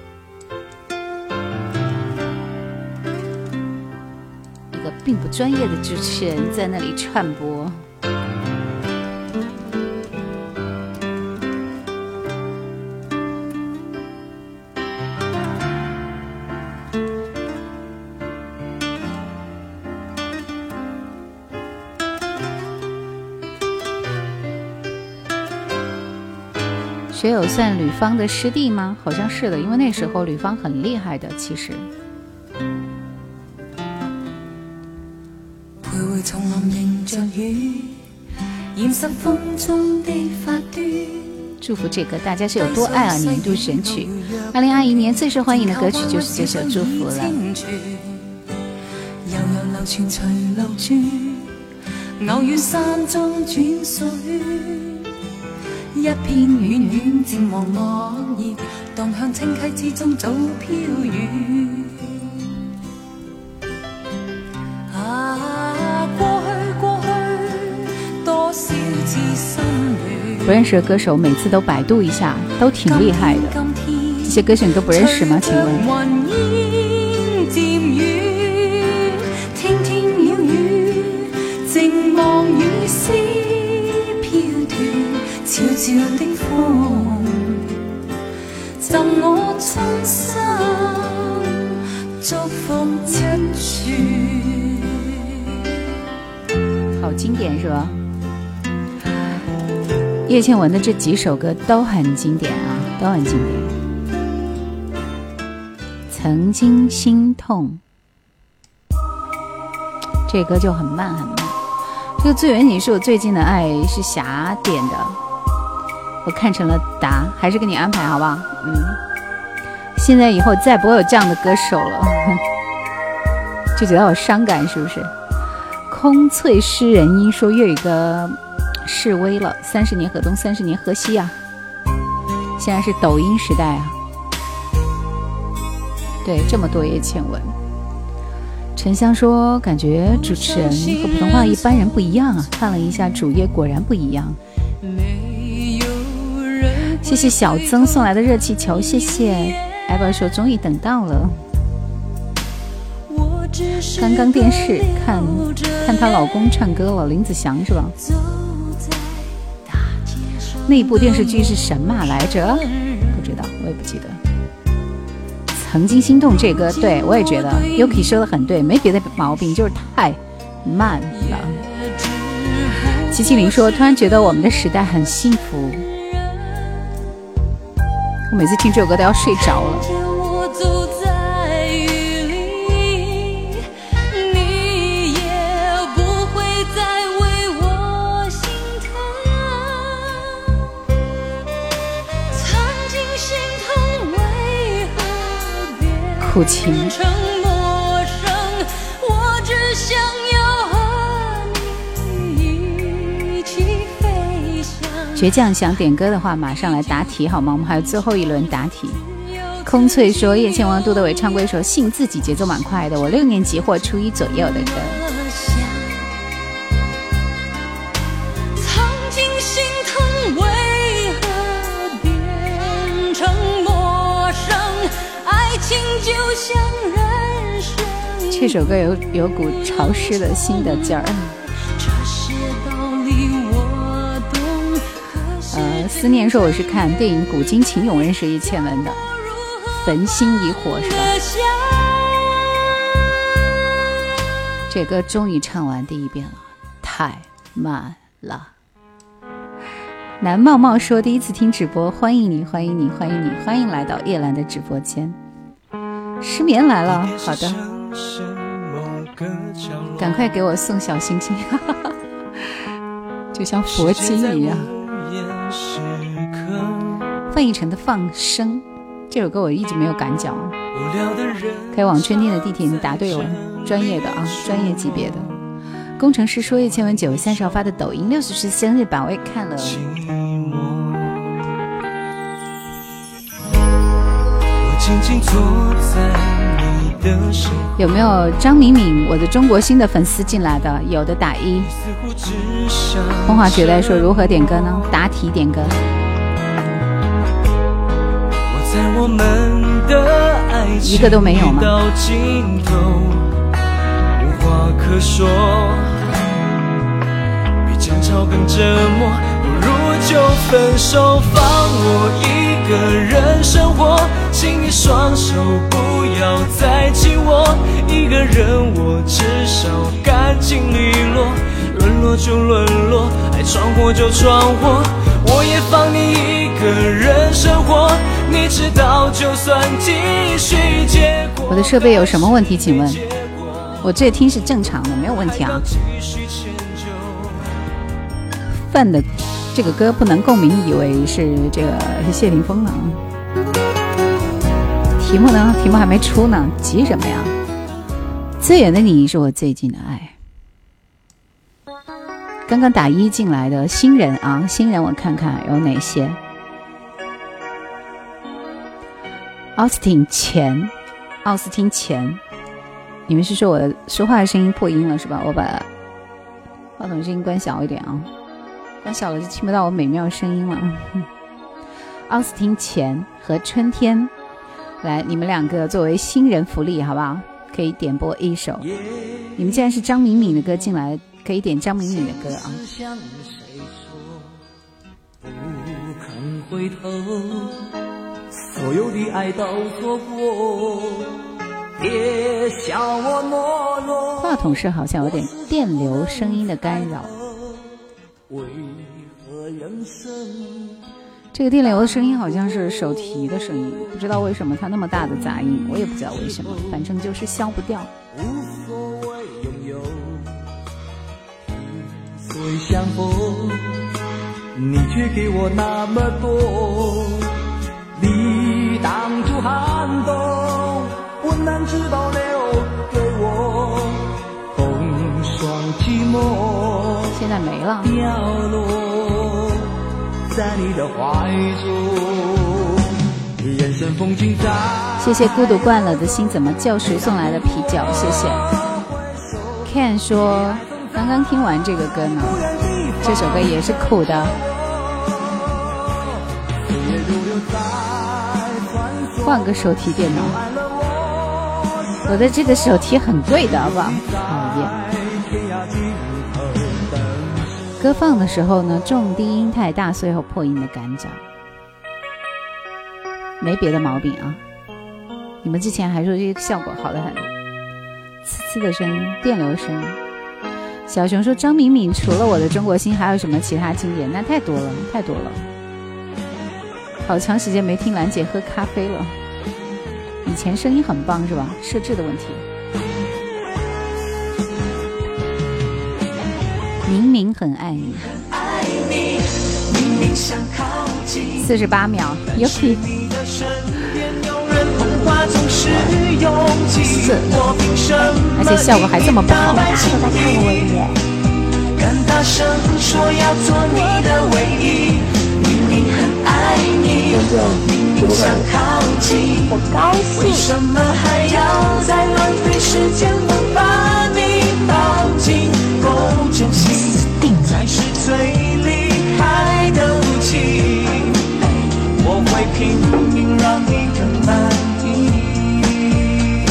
一个并不专业的主持人在那里串播。学友算吕方的师弟吗？好像是的，因为那时候吕方很厉害的。其实徘徊丛林迎着雨，染湿风中的发端。 祝福这个大家是有多爱啊！年度神曲，2021年最受欢迎的歌曲就是这首《祝福》了。悠悠流传随流转，偶遇山中转水。一片遠遠漸黃落葉，蕩向清溪之中早飄遠。過去，多少次心亂。不認識的歌手每次都百度一下，都挺厲害的。這些歌手你都不認識嗎？請問？天天渺遠，靜望雨絲飄斷。悄悄的風，贈我衷心祝福一串。好經典是吧？葉倩文的這幾首歌都很經典啊，都很經典。曾經心痛，這歌就很慢很慢。這個最遠你是我最近的愛是霞點的。我看成了答，还是给你安排好不好？现在以后再不会有这样的歌手了，就觉得好伤感，是不是？空翠诗人音说粤语歌示威了，30年河东，30年河西啊！现在是抖音时代啊！对，这么多叶倩文。沉香说，感觉主持人和普通话一般人不一样啊，看了一下主页，果然不一样。谢谢小曾送来的热气球，谢谢。艾宝说终于等到了。刚刚电视看她老公唱歌了，林子祥是吧？那部电视剧是什么来着？不知道，我也不记得。曾经心动这歌，对我也觉得 Yuki 说的很对，没别的毛病，就是太慢了。齐齐林说，突然觉得我们的时代很幸福。我每次听这首歌都要睡着了。苦情。倔强想点歌的话，马上来答题好吗？我们还有最后一轮答题。空翠说，叶倩文、杜德伟唱过一首信自己，节奏蛮快的，我6年级或初1左右的歌。曾经心疼为何变成陌生，爱情就像人生。这首歌有股潮湿的新的劲儿。思念说我是看电影《古今情咏》认识叶倩文的，焚心以火是吧？ 这歌终于唱完第一遍了，太慢了。南茂茂说第一次听直播，欢迎你，欢迎你，欢迎你，欢迎来到叶兰的直播间。失眠来了，好的，赶快给我送小星星，就像佛经一样。范逸臣的《放生》这首歌我一直没有敢讲，可以往春天的地铁，你答对了，专业的啊，专业级别的。工程师说叶倩文9月30号发的抖音60岁生日版我也看了。有没有张敏敏我的中国心的粉丝进来的？有的打1。风华绝代说如何点歌呢？答题点歌。一个都没有吗？无话可说，比争吵更折磨，不如就分手，放我一个人生活，请你双手不要再紧握，一个人我至少干净利落，沦落就沦落，爱闯祸就闯祸，我也放你一个人生活，你知道就算继续结果。我的设备有什么问题请问？我这听是正常的，没有问题啊。范的这个歌不能共鸣，以为是这个谢霆锋呢。题目呢？题目还没出呢，急什么呀？最远的你是我最近的爱。刚刚打1进来的新人啊，新人我看看有哪些。奥斯汀钱，你们是说我说话的声音破音了是吧？我把话筒声音关小一点啊，关小了就听不到我美妙声音了。奥斯汀钱和春天，来，你们两个作为新人福利好不好？可以点播一首。你们既然是张敏敏的歌进来，可以点张敏敏的歌啊。不肯回头，所有的爱都错过，别笑我懦弱。话筒是好像有点电流声音的干扰。为何人生？这个电流的声音好像是手提的声音，不知道为什么它那么大的杂音，我也不知道为什么，反正就是消不掉。无所谓拥有，所以相逢，你却给我那么多。你挡住寒冬，温暖只保留给我，风霜寂寞，现在没了。掉落在你的怀中，人生风景在。谢谢孤独惯了的心怎么救赎送来的啤酒，谢谢。Ken 说刚刚听完这个歌呢，这首歌也是苦的。换个手提电脑，我的这个手提很贵的好不好？讨厌。歌放的时候呢，重低音太大，所以有破音的干扰，没别的毛病啊。你们之前还说这个效果好得很，呲呲的声音，电流声音。小熊说张敏敏除了我的中国心还有什么其他经典？那太多了，太多了。好长时间没听兰姐喝咖啡了，以前声音很棒是吧？设置的问题。明明很爱你，48秒 Yuki 而且效果还这么不好。 是我在看我唯一。 敢大声说要做你的唯一，明明很爱你，明明想靠近， 我高兴。 为什么还要再浪费时间不把你抱紧？够真心才是最厉害的武器，我会拼命让你更满意。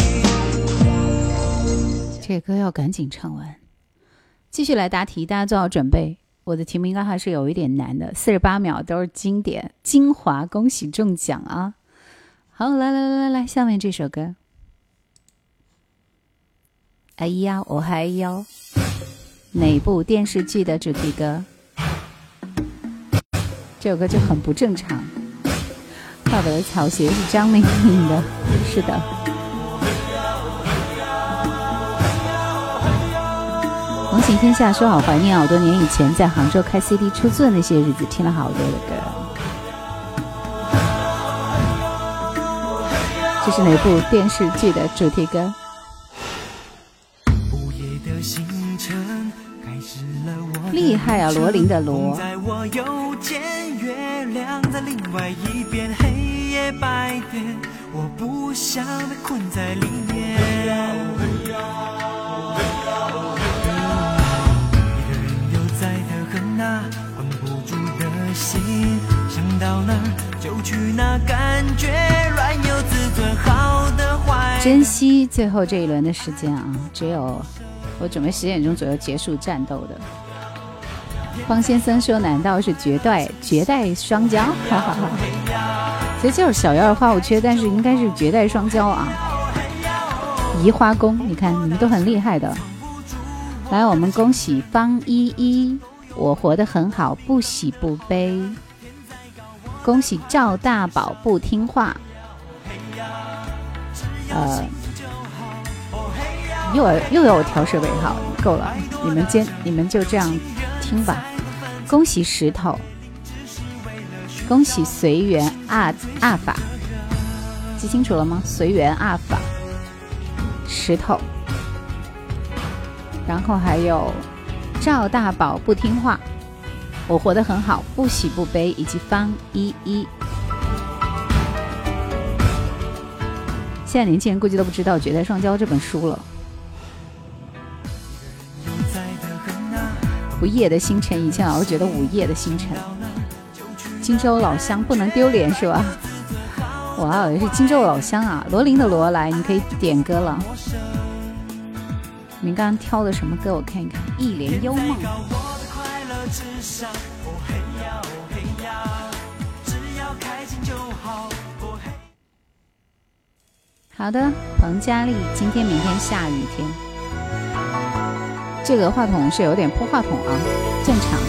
这歌要赶紧唱完。继续来答题，大家做好准备。我的题目应该还是有一点难的，48秒都是经典精华，恭喜中奖啊！好，来，下面这首歌， 哎呀我还要哪部电视剧的主题歌？这首歌就很不正常。爸爸的草鞋是张明明的，是的。龙行天下说好怀念好多年以前在杭州开 CD 出租的那些日子，听了好多的歌。这是哪部电视剧的主题歌？厉害啊，罗琳的罗。在我右肩，月亮在另外一边，黑夜白天，我不想被困在里面。一个人又在的很啊，关不住的心，想到哪就去哪，感觉软有自尊，好的坏。珍惜最后这一轮的时间啊，只有我准备10点钟左右结束战斗的。方先生说：“难道是绝代双骄？”哈哈哈。其实就是小妖儿花无缺，但是应该是绝代双骄啊。移花宫，你看你们都很厉害的。来，我们恭喜方依依，我活得很好，不喜不悲。恭喜赵大宝不听话。又要我调设备，好，够了，你们就这样听吧。恭喜石头，恭喜随缘阿法，记清楚了吗？随缘阿法，石头，然后还有赵大宝不听话，我活得很好，不喜不悲，以及方依依。现在年轻人估计都不知道《绝代双骄》这本书了。午夜的星辰，以前老是觉得午夜的星辰。荆州老乡不能丢脸是吧？哇，是荆州老乡啊！罗琳的罗，来，你可以点歌了。您刚刚挑的什么歌？我看一看，《一帘幽梦》。好的，彭佳丽，今天、明天下雨天。这个话筒是有点破话筒啊，正常。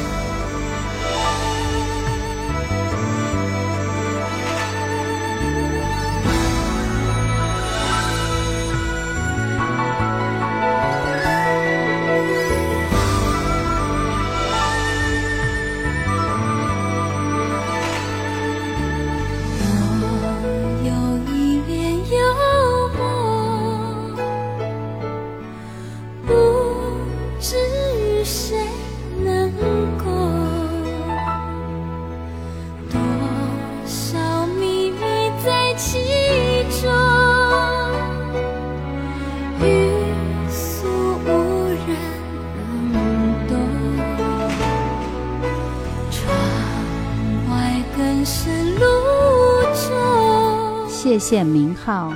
谢谢名号，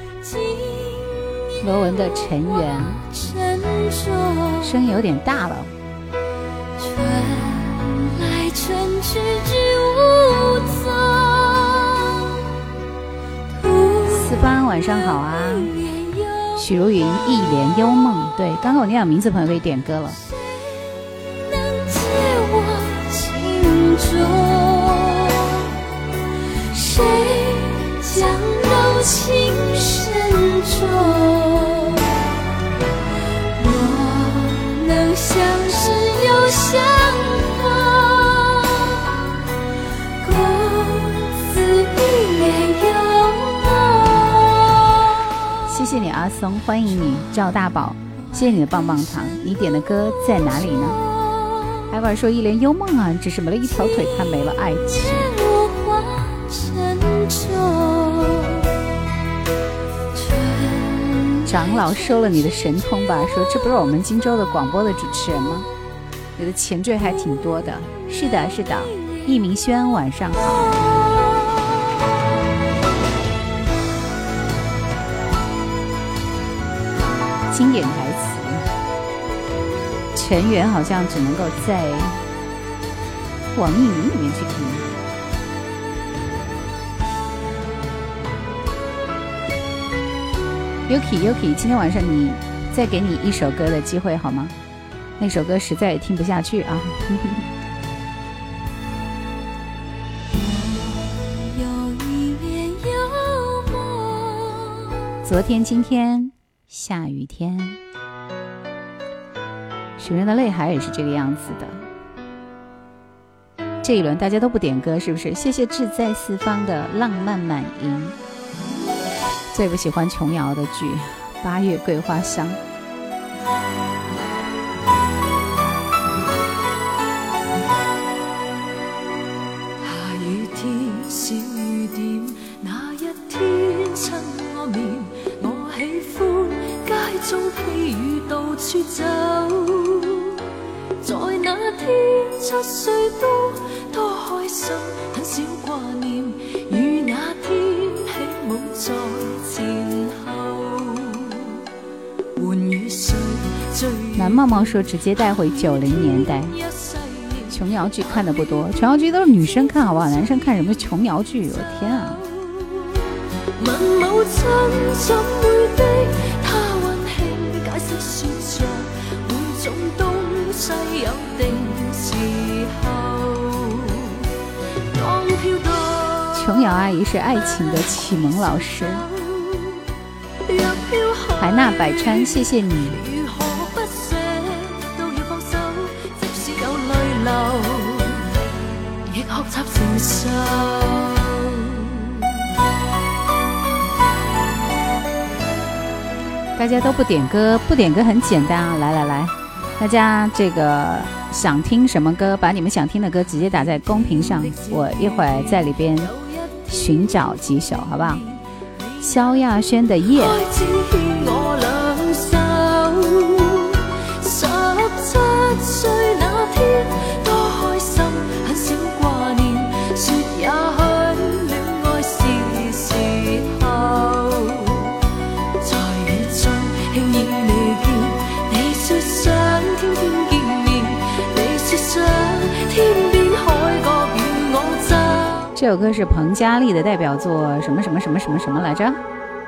罗文的尘缘，声音有点大了。四方晚上好啊，许如云一帘幽梦，对，刚刚我念到名字朋友可以点歌了。谁将柔情深重？若能相识又相逢，共此一帘幽梦。谢谢你阿松，欢迎你赵大宝，谢谢你的棒棒糖。你点的歌在哪里呢？还玩说一帘幽梦啊，只是没了一条腿，他没了爱情。长老收了你的神通吧，说这不是我们荆州的广播的主持人吗？你的前缀还挺多的。是的是的，易明轩晚上好。经典台词，尘缘好像只能够在网易云里面去听。Yuki， 今天晚上你再给你一首歌的机会好吗？那首歌实在也听不下去啊。昨天今天下雨天，许人的泪海也是这个样子的。这一轮大家都不点歌是不是？谢谢志在四方的浪漫满盈。最不喜欢琼瑶的剧《八月桂花香》。 下雨天小雨點，那一天親我面，我喜歡街中披雨到處走，在那天7歲多開心，很少掛念，與那天起舞在前後，換與誰最南茂茂說直接帶回90年代。琼瑶劇看的不多，琼瑶劇都是女生看好不好？男生看什麼瓊瑤劇？我天啊！ 問母親怎會的，她溫馨解釋選擇，每種東西有定時候。當飄到瓊瑤阿姨是愛情的啟蒙老師。海納百川，謝謝你。亦學習承受。 大家都不點歌，不點歌很簡單啊！來，大家這個想聽什麼歌，把你們想聽的歌直接打在公屏上，我一會兒在裏邊尋找幾首，好不好？蕭亞軒的夜。17歲那天多開心，很少掛念，說也許戀愛是時候，在雨中輕易離見，你說想天天見面，你說想天邊海角與我走。這首歌是彭嘉麗的代表作，什麼什麼什麼什麼什麼來着？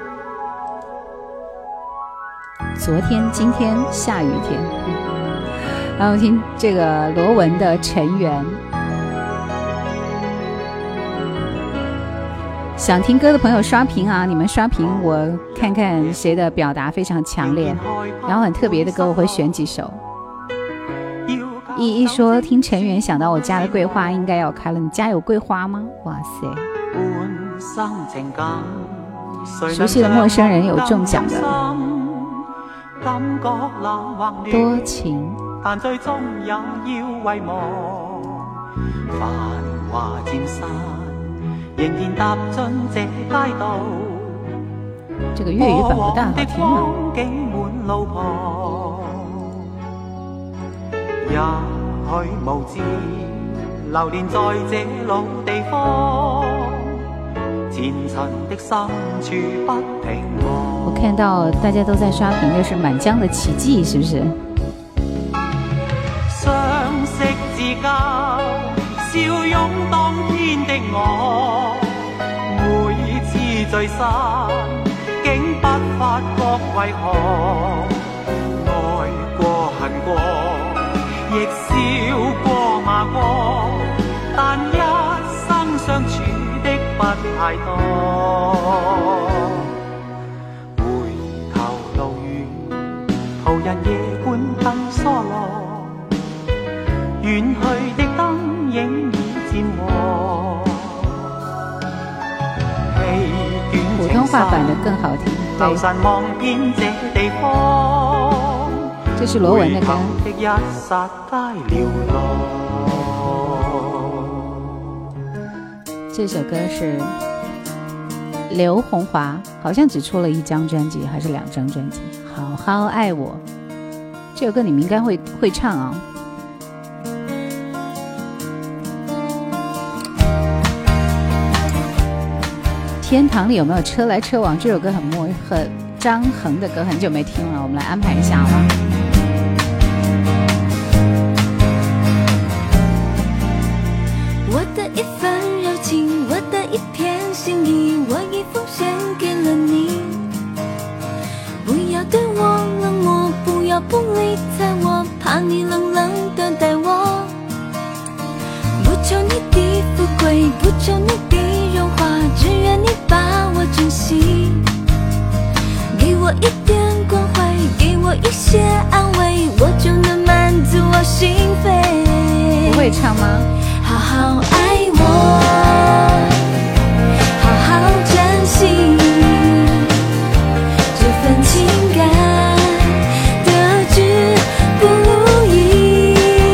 昨天今天下雨天。然後聽這個羅文的《塵緣》。想聽歌的朋友刷屏啊，你們刷屏，我看看誰的表達非常強烈，然後很特別的歌我會選幾首。一說聽塵緣想到我家的桂花應該要開了，你家有桂花嗎？哇塞，熟悉的陌生人有中獎的。多情但最終也要遺忘，繁華漸散，仍然踏進這街道。這個粵語版不大好聽啊。也許無知流連在這老地方，前塵的深處不平和。我看到大家都在刷屏的是《滿江的奇蹟》，是不是？相識至交，笑擁當天的我，每次聚散，竟不發覺為何，愛過恨過，亦笑過罵過，但一生相處的不太多。回頭路遠，途人夜半燈疏落，遠去的燈影已漸和。普通話版的更好聽，對。這是羅文的歌。這首歌是劉鴻華，好像只出了1張專輯還是2張專輯。好好愛我，這首歌你們應該會唱啊。天堂裡有沒有車來車往？這首歌很張恆的歌，很久沒聽了，我們來安排一下好嗎？ 我的一份柔情，我的一片心意，我已奉獻給了你，不要對我冷漠话不理睬我，怕你冷冷的待我。不求你的富贵，不求你的荣华，只愿你把我珍惜。给我一点关怀，给我一些安慰，我就能满足我心扉。 不会唱吗？ 好好爱我，好好珍惜这份情感得之不易。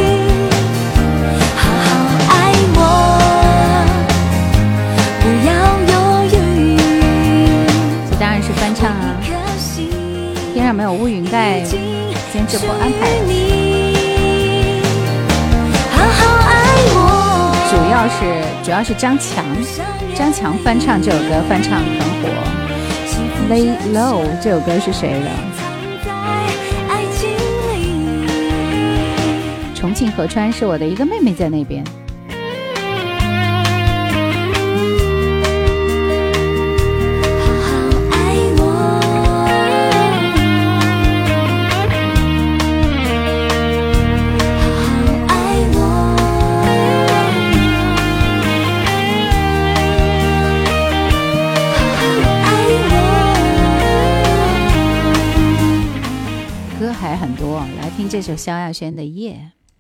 好好爱我，不要犹豫。 这当然是翻唱啊！天上没有乌云盖，今天直播安排了。主要是张强翻唱这首歌，翻唱很火。Lay Low 这首歌是谁的？重庆合川是我的一个妹妹在那边。很多，来听这首萧亚轩的《夜》。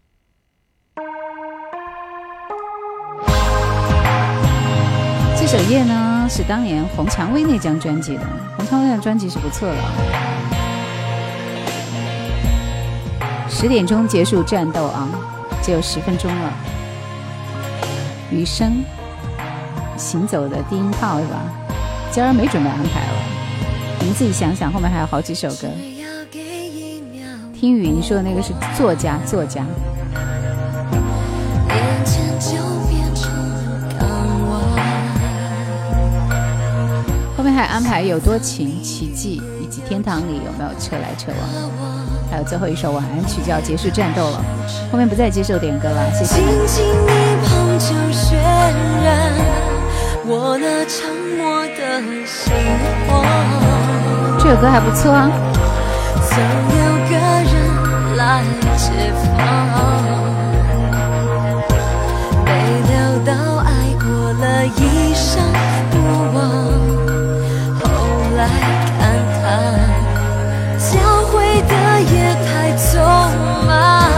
这首《夜》呢是当年红蔷薇那张专辑的，红蔷薇的专辑是不错的。10点钟结束战斗啊，只有10分钟了。余生，行走的低音炮是吧？今儿没准备安排了，你们自己想想，后面还有好几首歌。听雨你说的那个是作家，后面还安排有多情、奇迹以及天堂里有没有车来车往，还有最后一首晚安曲就要结束战斗了，后面不再接受点歌了，谢谢。轻轻一碰就渲染我那沉默的心窝，这首歌还不错啊。总有个人来解放，被留到爱过了一生不忘，后来看看交汇的也太匆忙。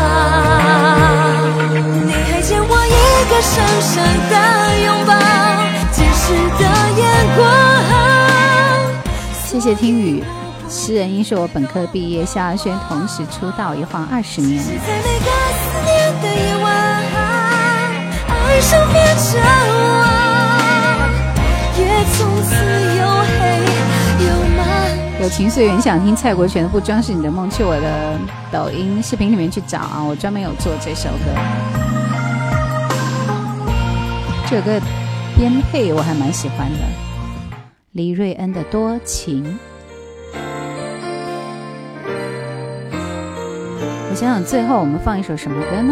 你还欠我一个深深的拥抱，解释的眼光。谢谢听雨。诗人因是我本科毕业，萧亚轩同时出道一晃20年。在每个思念的夜晚，爱上变成我，夜从此又黑又漫。有情岁月，你想听蔡国权的《不装饰你的梦》，去我的抖音视频里面去找啊，我专门有做这首歌。这首歌编配我还蛮喜欢的，黎瑞恩的《多情》。我想想最后我们放一首什么歌呢？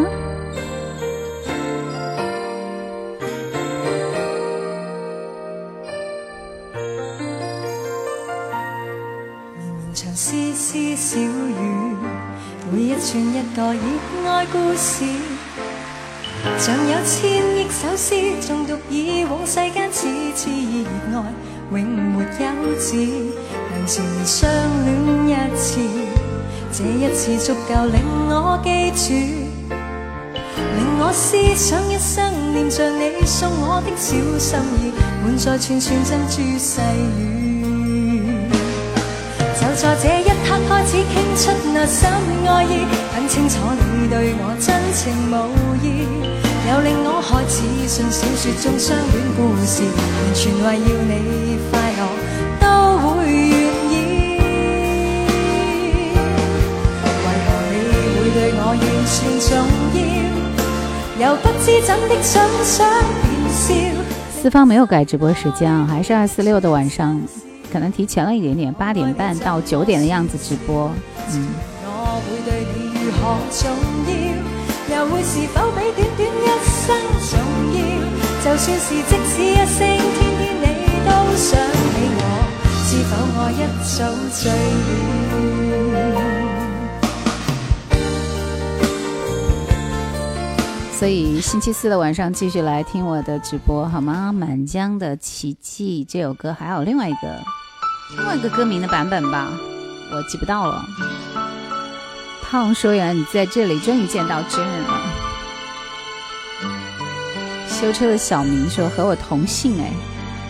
绵长絲絲小雨，每一串一個熱愛故事，像有千億首詩誦讀以往世間痴痴熱愛，永沒休止。能前面相戀一次，這一次足夠令我記住，令我思想一生念着你送我的小心意，滿載串串珍珠細語。就在這一刻開始傾出內心愛意，很清楚你對我真情無意，又令我開始信小説中相戀故事，完全為要你快樂都會願意。對我完全重要，又不知怎的想想便笑。 四方没有改直播时间啊，还是246的晚上，可能提前了一点点，8点半到9点的样子直播。 我會對你如何重要，又會是否比短短一生重要？就算是即使一聲天天你都想起我，是否我一早醉了？ 所以星期四的晚上继续来听我的直播好吗？满江的奇迹这首歌还有另外一个歌名的版本吧，我记不到了。胖说原来你在这里，终于见到真人了。修车的小明说和我同姓哎，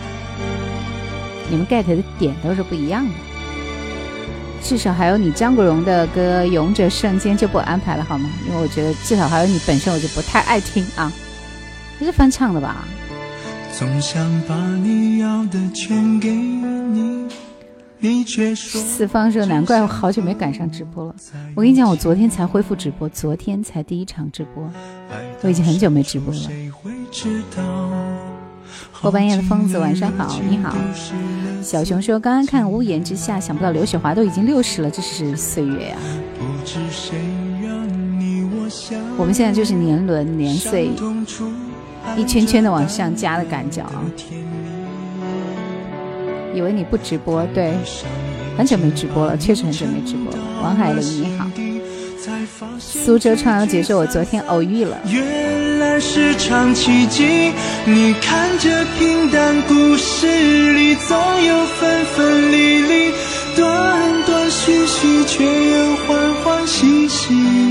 你们 get 的点都是不一样的。至少还有你张国荣的歌《勇者圣剑》就不安排了好吗？因为我觉得至少还有你本身我就不太爱听啊。这是翻唱的吧？ 总想把你要的全给你，你却说四方说难怪我好久没赶上直播了。我跟你讲，我昨天才恢复直播，昨天才第一场直播，我已经很久没直播了。后半夜的疯子晚上好，你好。小熊说刚刚看屋檐之下，想不到刘雪华都已经60了，这是岁月啊。我们现在就是年轮年岁一圈圈的往上加的感觉啊。以为你不直播，对，很久没直播了，确实很久没直播了。王海玲你好。苏州畅游节说我昨天偶遇了， 原来是场奇迹，你看这平淡故事里总有分分离离，断断续续却又欢欢喜喜，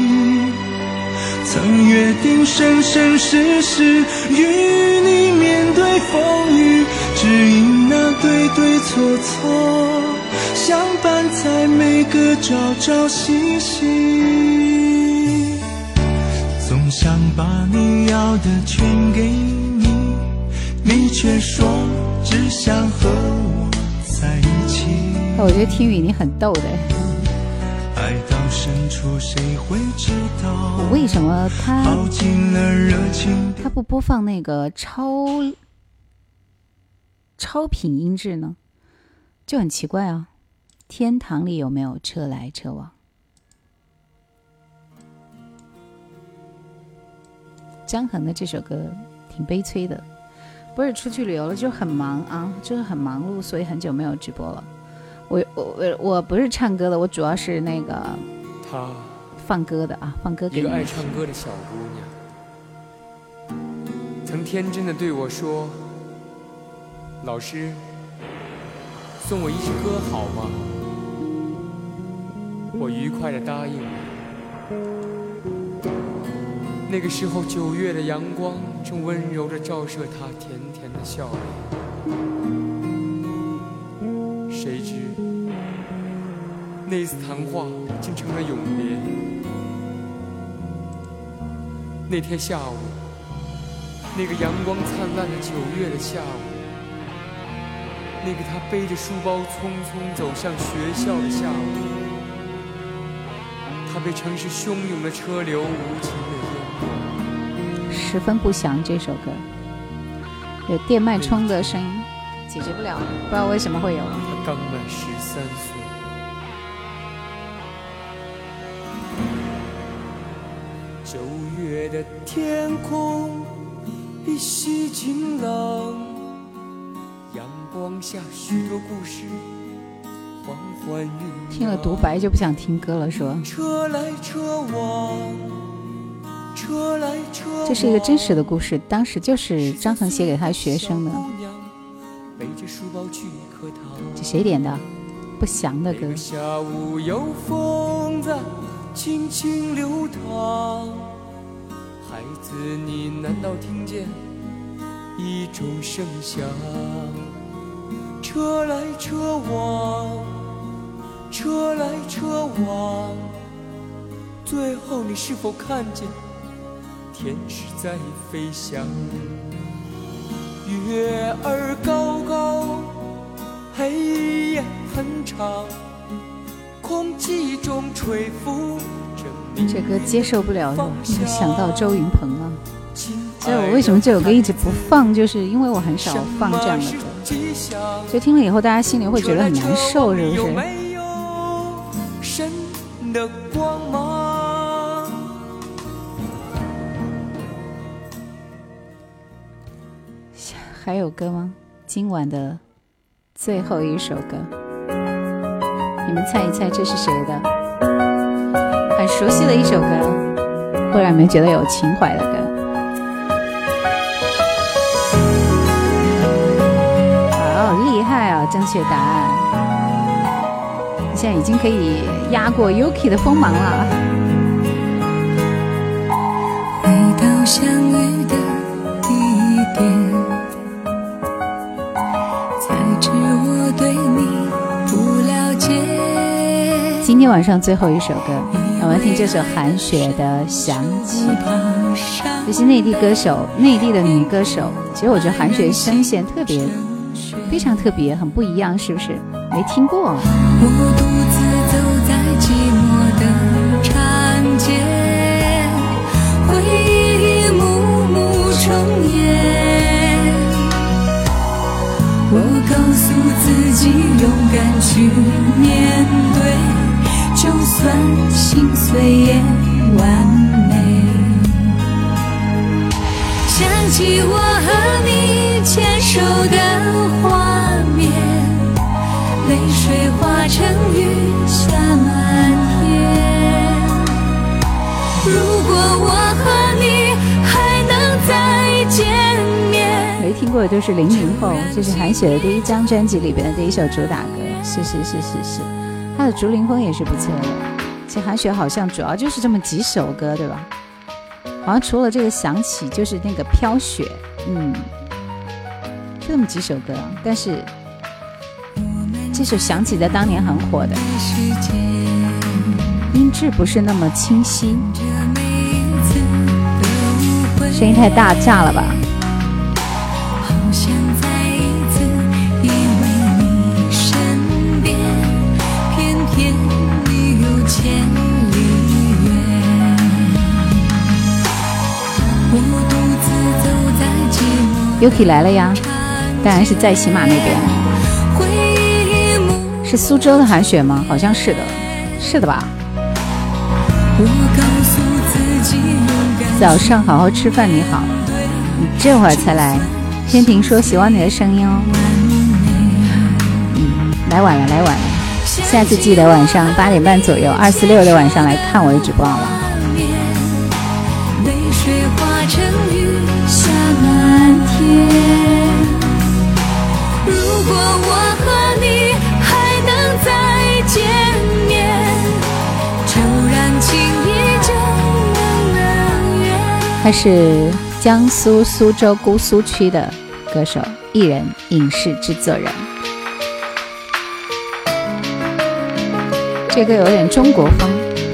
曾约定生生世世与你面对风雨，只因那对对错错相伴在每个朝朝夕夕，总想把你要的全给你，你却说只想和我在一起。 我觉得听雨你很逗的。 爱到深处谁会知道， 为什么耗尽了热情， 他不播放那个超频音质呢？就很奇怪啊。天堂里有没有车来车往？张恒的这首歌挺悲催的，不是出去旅游了就很忙啊，就是很忙碌，所以很久没有直播了。我不是唱歌的，我主要是那个她放歌的啊，放歌给你。 一个爱唱歌的小姑娘，曾天真的对我说：“老师，送我一支歌好吗？”我愉快地答应了。那个时候9月的阳光正温柔地照射她甜甜的笑脸。谁知那次谈话竟成了永别。那天下午，那个阳光灿烂的9月的下午，那个他背着书包匆匆走向学校的下午，他被城市汹涌的车流无情的淹没。 十分不详这首歌，有电脉冲的声音，解决不了，不知道为什么会有。 他刚满13岁。9月的天空比西晴朗，阳光下许多故事缓缓酝酿。 听了独白就不想听歌了，说车来车往，车来车往。 这是一个真实的故事，当时就是张恒写给他学生的。 背着书包去课堂。 这谁点的？不详的歌。 那个下午有风在轻轻流淌，孩子，你难道听见一种声响？车来车往，车来车往，最后你是否看见天使在飞翔？月儿高高，黑夜很长，空气中吹拂着。 这歌接受不了，想到周云鹏了。所以我为什么这首歌一直不放，就是因为我很少放这样的歌，就听了以后大家心里会觉得很难受，是不是？还有歌吗？今晚的最后一首歌，你们猜一猜这是谁的？很熟悉的一首歌，忽然没觉得有情怀的歌。 正确答案。现在已经可以压过 Yuki 的锋芒了。 回到相遇的地点，才知我对你不了解。 今天晚上最后一首歌，我们听这首韩雪的《想起》，这是内地歌手，内地的女歌手。其实我觉得韩雪声线特别，非常特别，很不一样，是不是？没听过。 我独自走在寂寞的长街，回忆幕幕重演。我告诉自己勇敢去面对，就算心碎也完美。想起我和你牵手的画面，泪水化成雨下满天。如果我和你还能再见面。 没听过的都是00后，这是韩雪的第一张专辑里边的第一首主打歌。是，她的竹林风也是不错的。其实韩雪好像主要就是这么几首歌，对吧？好像除了这个想起就是那个飘雪，就这么几首歌。但是这首想起在当年很火的，音质不是那么清晰，声音太大炸了吧。 好想再一次依偎你身边，偏偏你有千里远。我独自走在寂寞 Yuki 来了呀，当然是在喜马那边。是苏州的韩雪吗？好像是的，是的吧。早上好好吃饭，你好，你这会儿才来。天庭说喜欢你的声音哦。来晚了，下次记得晚上8点半左右，246的晚上来看我的直播好了。 泪水化成雨下满天。如果我和你还能再见面，就让情谊就能圆。 他是江苏苏州姑苏区的歌手、艺人、影视制作人。这个有点中国风。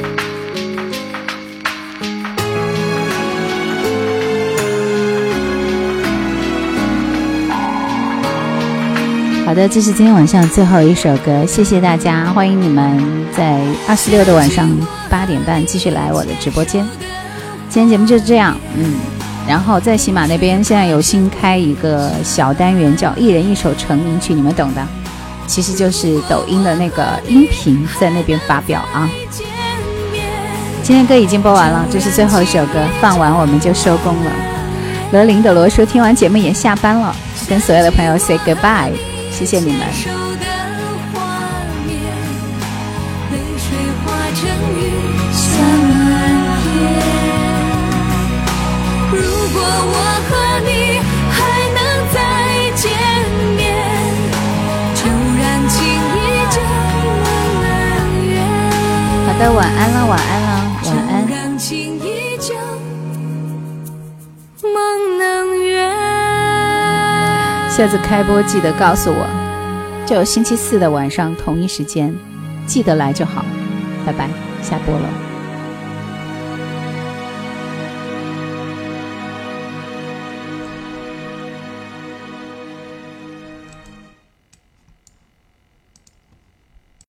好的，这是今天晚上最后一首歌，谢谢大家，欢迎你们在26的晚上8点半继续来我的直播间。今天节目就是这样，然后在喜马那边现在有新开一个小单元，叫一人一首成名曲，你们懂的，其实就是抖音的那个音频在那边发表啊。今天歌已经播完了，这是最后一首歌，放完我们就收工了。罗琳的罗叔听完节目也下班了，跟所有的朋友 say goodbye， 谢谢你们。 如果我和你还能再见面，就让情谊就能圆。 好的，晚安了，晚安了，晚安。 就让情谊就梦能圆。 下次开播记得告诉我，就星期4的晚上同一时间，记得来就好。拜拜，下播了。